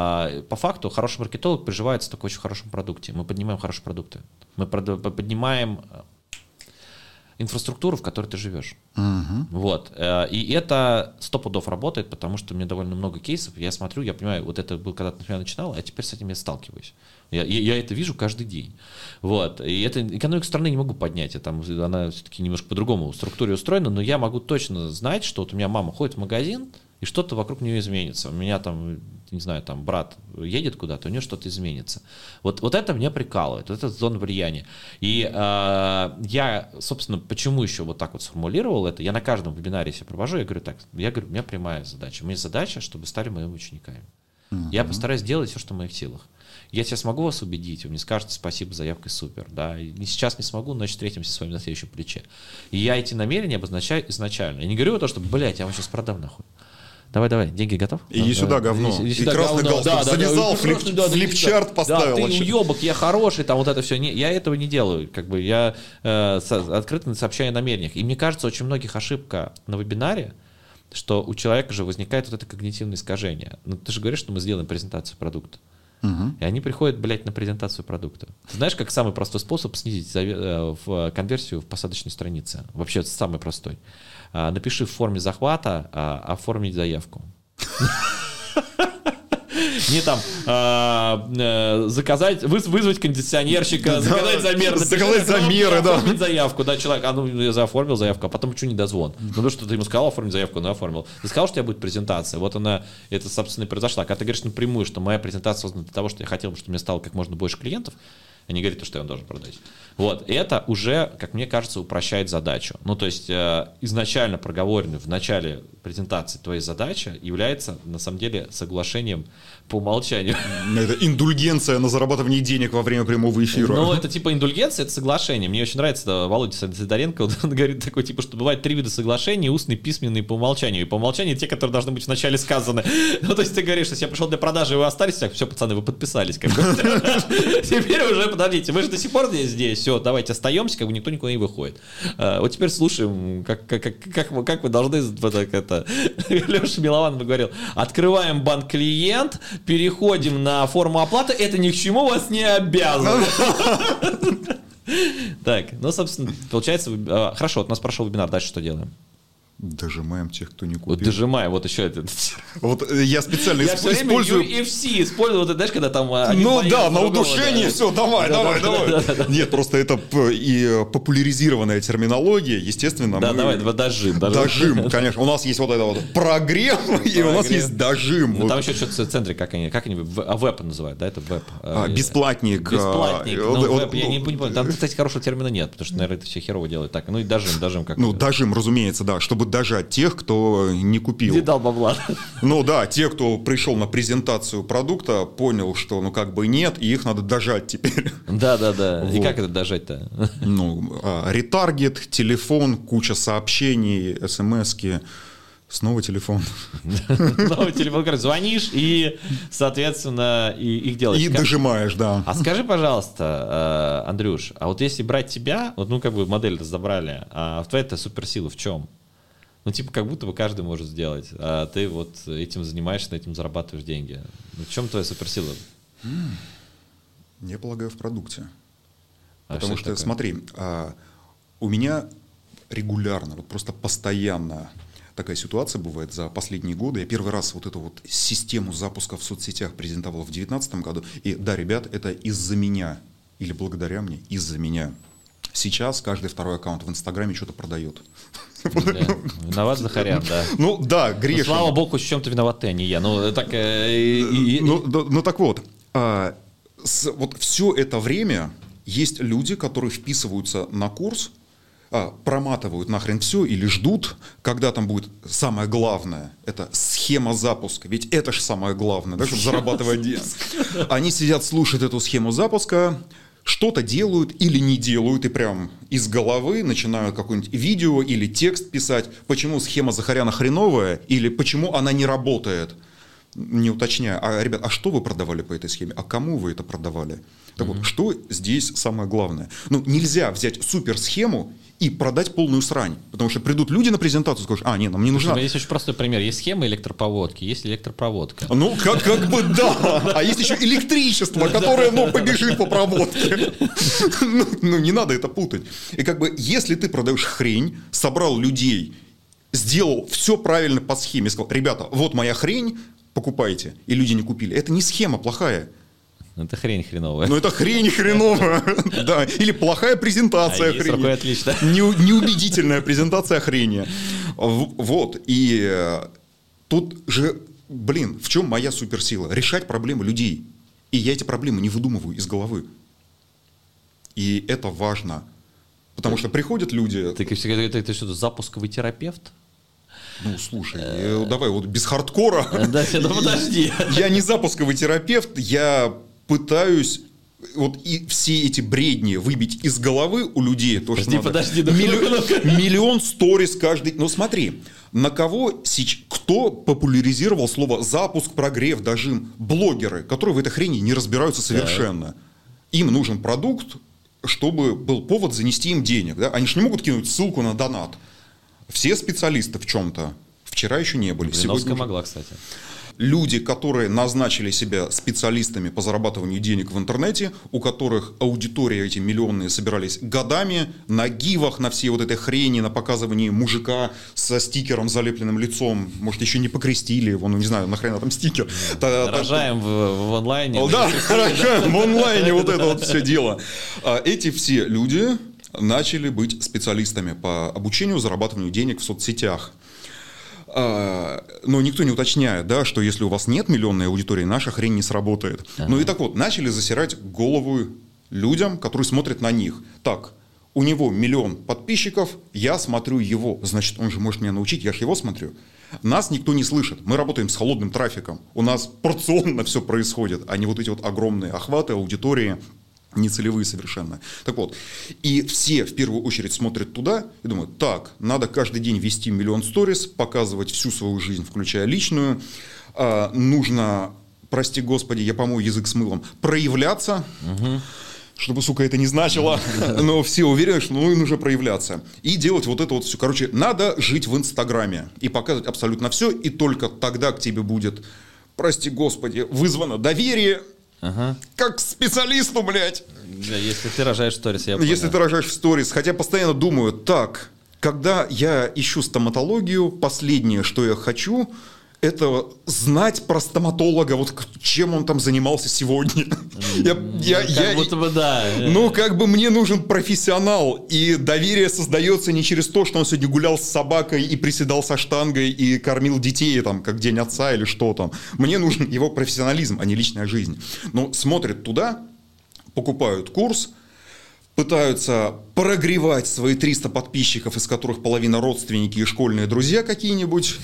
по факту, хороший маркетолог приживается только в очень хорошем продукте. Мы поднимаем хорошие продукты. Мы поднимаем инфраструктуру, в которой ты живешь. Uh-huh. Вот. И это сто пудов работает, потому что у меня довольно много кейсов. Я смотрю, я понимаю, вот это был когда-то например, начинал, а теперь с этим я сталкиваюсь. Я, я, я это вижу каждый день. Вот. И это экономику страны не могу поднять. Там, она все-таки немножко по-другому в структуре устроена, но я могу точно знать, что вот у меня мама ходит в магазин, и что-то вокруг нее изменится. У меня там, не знаю, там брат едет куда-то, у нее что-то изменится. Вот, вот это меня прикалывает, вот это зона влияния. И э, я, собственно, почему еще вот так вот сформулировал это, я на каждом вебинаре себя провожу, я говорю так, я говорю, у меня прямая задача. У меня задача, чтобы стали моими учениками. Uh-huh. Я постараюсь сделать все, что в моих силах. Я сейчас смогу вас убедить, вы мне скажете спасибо, заявкой супер, да, и сейчас не смогу, значит встретимся с вами на следующем плече. И я эти намерения обозначаю изначально. Я не говорю то, что, блядь, я вам сейчас продам нахуй. Давай, давай, деньги готов? Иди да, сюда, да, говно. Иди, иди и сюда, красный говно. галстук да, завязал, да, флип, да, флипчарт да, поставил. Да, ты уебок, я хороший, там вот это все. Не, я этого не делаю. Как бы я э, со, открыто сообщаю о намерениях. И мне кажется, очень многих ошибка на вебинаре, что у человека же возникает вот это когнитивное искажение. Ну, ты же говоришь, что мы сделаем презентацию продукта. Угу. И они приходят, блядь, на презентацию продукта. Ты знаешь, как самый простой способ снизить в конверсию в посадочной странице? Вообще самый простой. Напиши в форме захвата, оформить заявку. Не там э, заказать, вызвать кондиционерщика, заказать замеры, заказать замеры, да. Оформить заявку, да, человек, а ну я заоформил заявку, а потом почему не дозвон? Ну то, что ты ему сказал оформить заявку, он оформил. Ты сказал, что у тебя будет презентация, вот она, это, собственно, и произошла. Когда ты говоришь напрямую, что моя презентация создана для того, что я хотел бы, чтобы у меня стало как можно больше клиентов, а не говорит то, что я должен продать. Вот, и это уже, как мне кажется, упрощает задачу. Ну, то есть э, изначально проговоренной в начале презентации твоей задачи является, на самом деле, соглашением по умолчанию. Это индульгенция на зарабатывание денег во время прямого эфира. Ну, это типа индульгенция, это соглашение. Мне очень нравится да, Володя Сидоренко, он говорит такой, типа, что бывает три вида соглашений, устные, письменные и по умолчанию. И по умолчанию те, которые должны быть вначале сказаны. Ну, то есть ты говоришь, что я пришел для продажи, и вы остались, так, все, пацаны, вы подписались. Теперь уже, подождите, вы же до сих пор здесь, все, давайте остаемся, как бы никто никуда не выходит. Вот теперь слушаем, как, как, как, вы, как вы должны, это, Леша Милованов говорил, открываем банк-клиент, переходим на форму оплаты, это ни к чему вас не обязывает. Так, ну, собственно, получается, хорошо, вот у нас прошел вебинар, дальше что делаем? Дожимаем тех, кто не купил. Вот дожимаем, вот еще это. Вот я специально я использую... ю эф си использую, вот, знаешь, когда там... Ну да, на удушение, да. Все, давай, да, давай, да, давай. Да, да, да. Нет, просто это и популяризированная терминология, естественно. Да, мы... давай, дожим, дожим. Дожим, конечно. У нас есть вот это вот прогрев, и у нас есть дожим. Ну, вот. Там еще что-то в центре, как они, как они, веб называют, да, это веб. А, бесплатник. Бесплатник, ну, веб, я не понимаю, там, кстати, хорошего термина нет, потому что, наверное, это все херово делают так. Ну и дожим, дожим как. Ну, дожим, разумеется, да, чтобы дожать тех, кто не купил. Не дал бабла. Ну да, те, кто пришел на презентацию продукта, понял, что ну как бы нет, и их надо дожать теперь. Да-да-да. Вот. И как это дожать-то? Ну, ретаргет, телефон, куча сообщений, смс-ки. Снова телефон. Снова телефон, короче, звонишь и, соответственно, и, их делаешь. И дожимаешь, да. А скажи, пожалуйста, Андрюш, а вот если брать тебя, вот ну как бы модель разобрали, а в твоей-то суперсила в чем? Ну, типа, как будто бы каждый может сделать, а ты вот этим занимаешься, на этим зарабатываешь деньги. В чем твоя суперсила? Я полагаю, в продукте. А Потому что что, смотри, а, у меня регулярно, вот просто постоянно такая ситуация бывает за последние годы. Я первый раз вот эту вот систему запуска в соцсетях презентовал в две тысячи девятнадцатом году. И да, ребят, это из-за меня или благодаря мне, из-за меня. Сейчас каждый второй аккаунт в Инстаграме что-то продает. Да. Виноват Захарян, да. Ну да, грешен. Ну, слава богу, в чем-то виноват ты, а не я. Ну так, э, и, и... Ну, ну, ну так вот, а, с, вот все это время есть люди, которые вписываются на курс, а, проматывают нахрен все или ждут, когда там будет самое главное, это схема запуска, ведь это же самое главное, да, чтобы зарабатывать деньги. Они сидят, слушают эту схему запуска, что-то делают или не делают, и прям из головы начинают какое-нибудь видео или текст писать, почему схема Захаряна хреновая, или почему она не работает, не уточняя. А, ребят, а что вы продавали по этой схеме? А кому вы это продавали? Так mm-hmm. вот, что здесь самое главное? Ну, нельзя взять суперсхему и продать полную срань. Потому что придут люди на презентацию и скажут, а, нет, нам не нужна. Есть очень простой пример. Есть схема электропроводки, есть электропроводка. Ну, как, как бы да. А есть еще электричество, которое, ну, побежит по проводке. Ну, ну, не надо это путать. И как бы, если ты продаешь хрень, собрал людей, сделал все правильно по схеме, сказал, ребята, вот моя хрень, покупайте. И люди не купили. Это не схема плохая. Это хрень хреновая. Ну, это хрень хреновая. Да. Или плохая презентация а хрени. Отлично. Не, неубедительная презентация хрени. Вот. И тут же, блин, в чем моя суперсила? Решать проблемы людей. И я эти проблемы не выдумываю из головы. И это важно. Потому что приходят люди... Ты, ты, ты, ты, ты что, запусковый терапевт? Ну, слушай, давай вот без хардкора. Да, ну подожди. Я не запусковый терапевт, я пытаюсь вот и все эти бредни выбить из головы у людей. То, подожди, что подожди. надо. Миллион, миллион сторис каждый. Ну смотри, на кого, кто популяризировал слово запуск, прогрев, дожим? Блогеры, которые в этой хрени не разбираются совершенно. Да. Им нужен продукт, чтобы был повод занести им денег. Да? Они же не могут кинуть ссылку на донат. Все специалисты в чем-то. Вчера еще не были. Блиновская могла, кстати. Люди, которые назначили себя специалистами по зарабатыванию денег в интернете, у которых аудитория эти миллионные собирались годами, на гивах, на всей вот этой хрени, на показывании мужика со стикером, залепленным лицом, может, еще не покрестили его, ну не знаю, нахрена там стикер. Рожаем в, в онлайне. Да, рожаем в онлайне вот это вот все дело. Эти все люди начали быть специалистами по обучению, зарабатыванию денег в соцсетях. Но никто не уточняет, да, что если у вас нет миллионной аудитории, наша хрень не сработает. Ага. Ну и так вот, начали засирать голову людям, которые смотрят на них. Так, у него миллион подписчиков, я смотрю его, значит, он же может меня научить, я же его смотрю. Нас никто не слышит, мы работаем с холодным трафиком, у нас порционно все происходит, а не вот эти вот огромные охваты аудитории, нецелевые совершенно. Так вот, и все в первую очередь смотрят туда и думают, так, надо каждый день вести миллион сторис, показывать всю свою жизнь, включая личную, а, нужно, прости господи, я помою язык с мылом, проявляться, угу. чтобы, сука, это не значило, но все уверены, что ну, нужно проявляться. И делать вот это вот все. Короче, надо жить в Инстаграме и показывать абсолютно все, и только тогда к тебе будет, прости господи, вызвано доверие, ага. как к специалисту, блядь. Да, если ты рожаешь в сторис, я понял. Если ты рожаешь в сторис, хотя постоянно думаю, так, когда я ищу стоматологию, последнее, что я хочу, это знать про стоматолога, вот чем он там занимался сегодня. Я, я, как я, будто бы да. Ну, как бы мне нужен профессионал, и доверие создается не через то, что он сегодня гулял с собакой и приседал со штангой и кормил детей, там, как День отца или что там. Мне нужен его профессионализм, а не личная жизнь. Но смотрят туда, покупают курс, пытаются прогревать свои триста подписчиков, из которых половина родственники и школьные друзья какие-нибудь.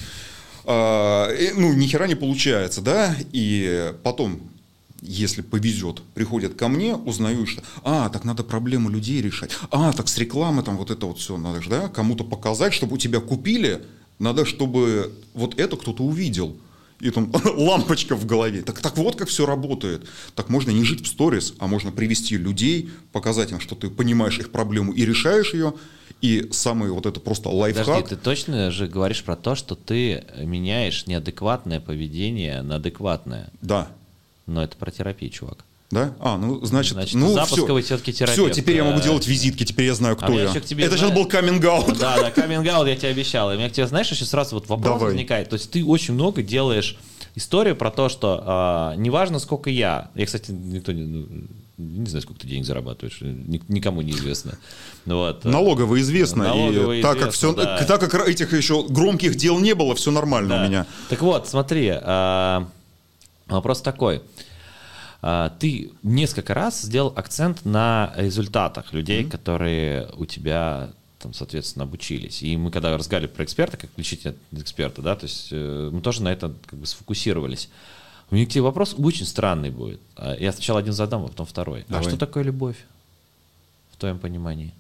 Ну, ни хера не получается, да, и потом, если повезет, приходят ко мне, узнают, что, а, так надо проблему людей решать, а, так с рекламы там вот это вот все надо же, да, кому-то показать, чтобы у тебя купили, надо, чтобы вот это кто-то увидел, и там лампочка в голове, так, так вот как все работает, так можно не жить в сторис, а можно привести людей, показать им, что ты понимаешь их проблему и решаешь ее. И самый вот это просто лайфхак. Подожди, ты точно же говоришь про то, что ты меняешь неадекватное поведение на адекватное? Да. Но это про терапию, чувак. Да? А, ну, значит, Значит, ну, запусковый все. все-таки терапевт. Все, теперь я могу делать визитки, теперь я знаю, кто а я. я тебе, Это знаешь, сейчас был каминг-аут. Да, да, каминг-аут, я тебе обещал. И у меня к тебе, знаешь, еще сразу вот вопрос Давай. возникает. То есть ты очень много делаешь историю про то, что а, неважно, сколько я. Я, кстати, никто не, ну, не знаю, сколько ты денег зарабатываешь. Ни, никому не известно. Вот. Налогово известно. Налогово и так, как известно, все, да. так как этих еще громких дел не было, все нормально Да. у меня. Так вот, смотри, а, вопрос такой. А, ты несколько раз сделал акцент на результатах людей, mm-hmm. которые у тебя, там, соответственно, обучились. И мы, когда разговаривали про эксперта, как лечить от эксперта, да, то есть э, мы тоже на это как бы сфокусировались. У меня к тебе вопрос очень странный будет. Я сначала один задам, а потом второй. Давай. А что такое любовь в твоем понимании?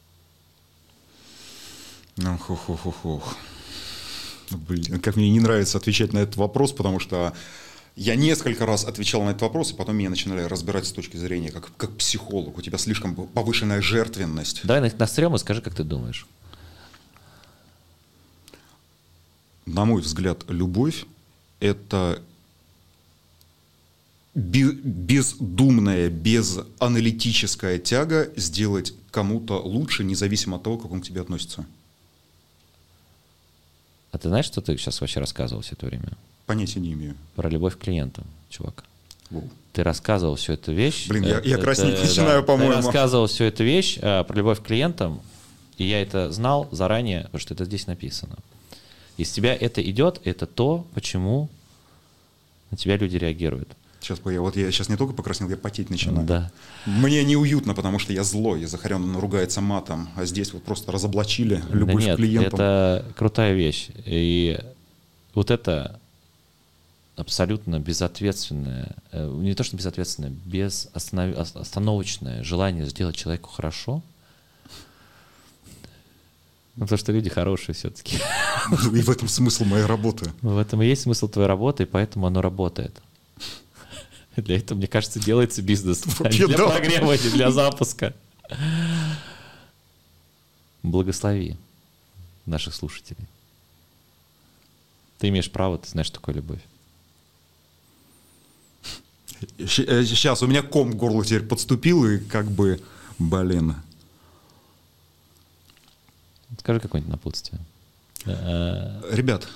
Ох, ох, ох, ох, ох. Блин, как мне не нравится отвечать на этот вопрос, потому что я несколько раз отвечал на этот вопрос, и потом меня начинали разбирать с точки зрения, как, как психолог. У тебя слишком повышенная жертвенность. Давай настрем и скажи, как ты думаешь. На мой взгляд, любовь – это бездумная, безаналитическая тяга сделать кому-то лучше, независимо от того, как он к тебе относится. А ты знаешь, что ты сейчас вообще рассказывал все это время? Понятия не имею. Про любовь к клиентам, чувак. Воу. Ты рассказывал всю эту вещь. Блин, я, я это, краснеть да, начинаю, по-моему. Ты рассказывал всю эту вещь а, про любовь к клиентам, и я это знал заранее, потому что это здесь написано. Из тебя это идет, это то, почему на тебя люди реагируют. Сейчас, я, вот я сейчас не только покраснел, я потеть начинаю. Да. Мне неуютно, потому что я злой, я Захарян, он ругается матом, а здесь вот просто разоблачили любовь да нет, к клиентам. Это крутая вещь. И вот это абсолютно безответственное, не то что безответственное, безостановочное желание сделать человеку хорошо. Ну, потому что люди хорошие все-таки. И в этом смысл моей работы. В этом и есть смысл твоей работы, и поэтому оно работает. Для этого, мне кажется, делается бизнес. А не для прогрева, не для запуска. Благослови наших слушателей. Ты имеешь право, ты знаешь, что такое любовь. Сейчас у меня ком в горло теперь подступил, и как бы, блин. Скажи какое-нибудь напутствие. Ребят,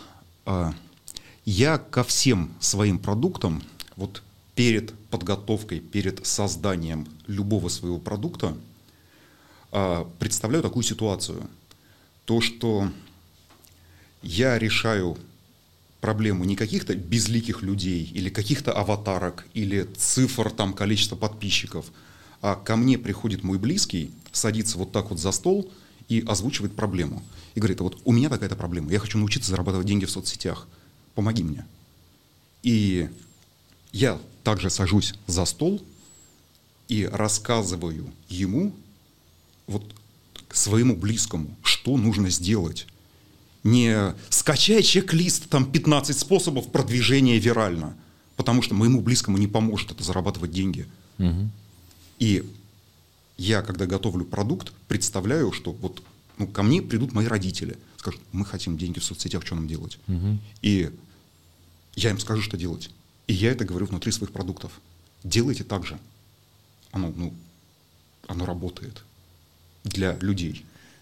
я ко всем своим продуктам, вот перед подготовкой, перед созданием любого своего продукта, представляю такую ситуацию. То, что я решаю проблему не каких-то безликих людей или каких-то аватарок или цифр, там, количества подписчиков, а ко мне приходит мой близкий, садится вот так вот за стол и озвучивает проблему. И говорит, вот у меня такая-то проблема, я хочу научиться зарабатывать деньги в соцсетях, помоги мне. И я также сажусь за стол и рассказываю ему, вот своему близкому, что нужно сделать. Не скачай чек-лист, там пятнадцать способов продвижения вирально, потому что моему близкому не поможет это зарабатывать деньги. Угу. И я, когда готовлю продукт, представляю, что вот ну, ко мне придут мои родители, скажут, мы хотим деньги в соцсетях, что нам делать? Угу. И я им скажу, что делать. И я это говорю внутри своих продуктов. Делайте так же. Оно, ну, оно работает для людей.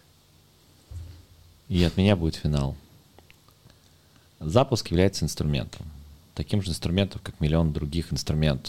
И от меня будет финал. Запуск является инструментом. Таким же инструментом, как миллион других инструментов.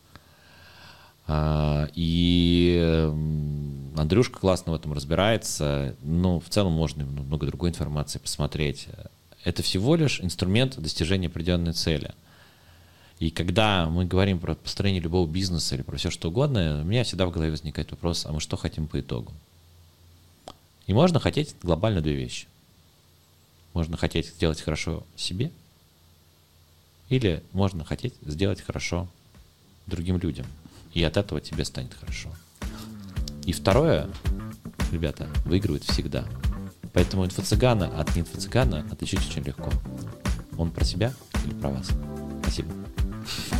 И Андрюшка классно в этом разбирается. Ну, в целом можно много другой информации посмотреть. Это всего лишь инструмент достижения определенной цели. И когда мы говорим про построение любого бизнеса или про все что угодно, у меня всегда в голове возникает вопрос, а мы что хотим по итогу? И можно хотеть глобально две вещи. Можно хотеть сделать хорошо себе, или можно хотеть сделать хорошо другим людям. И от этого тебе станет хорошо. И второе, ребята, выигрывает всегда. Поэтому инфо-цыгана от не-инфо-цыгана отличить очень легко. Он про себя или про вас? Спасибо.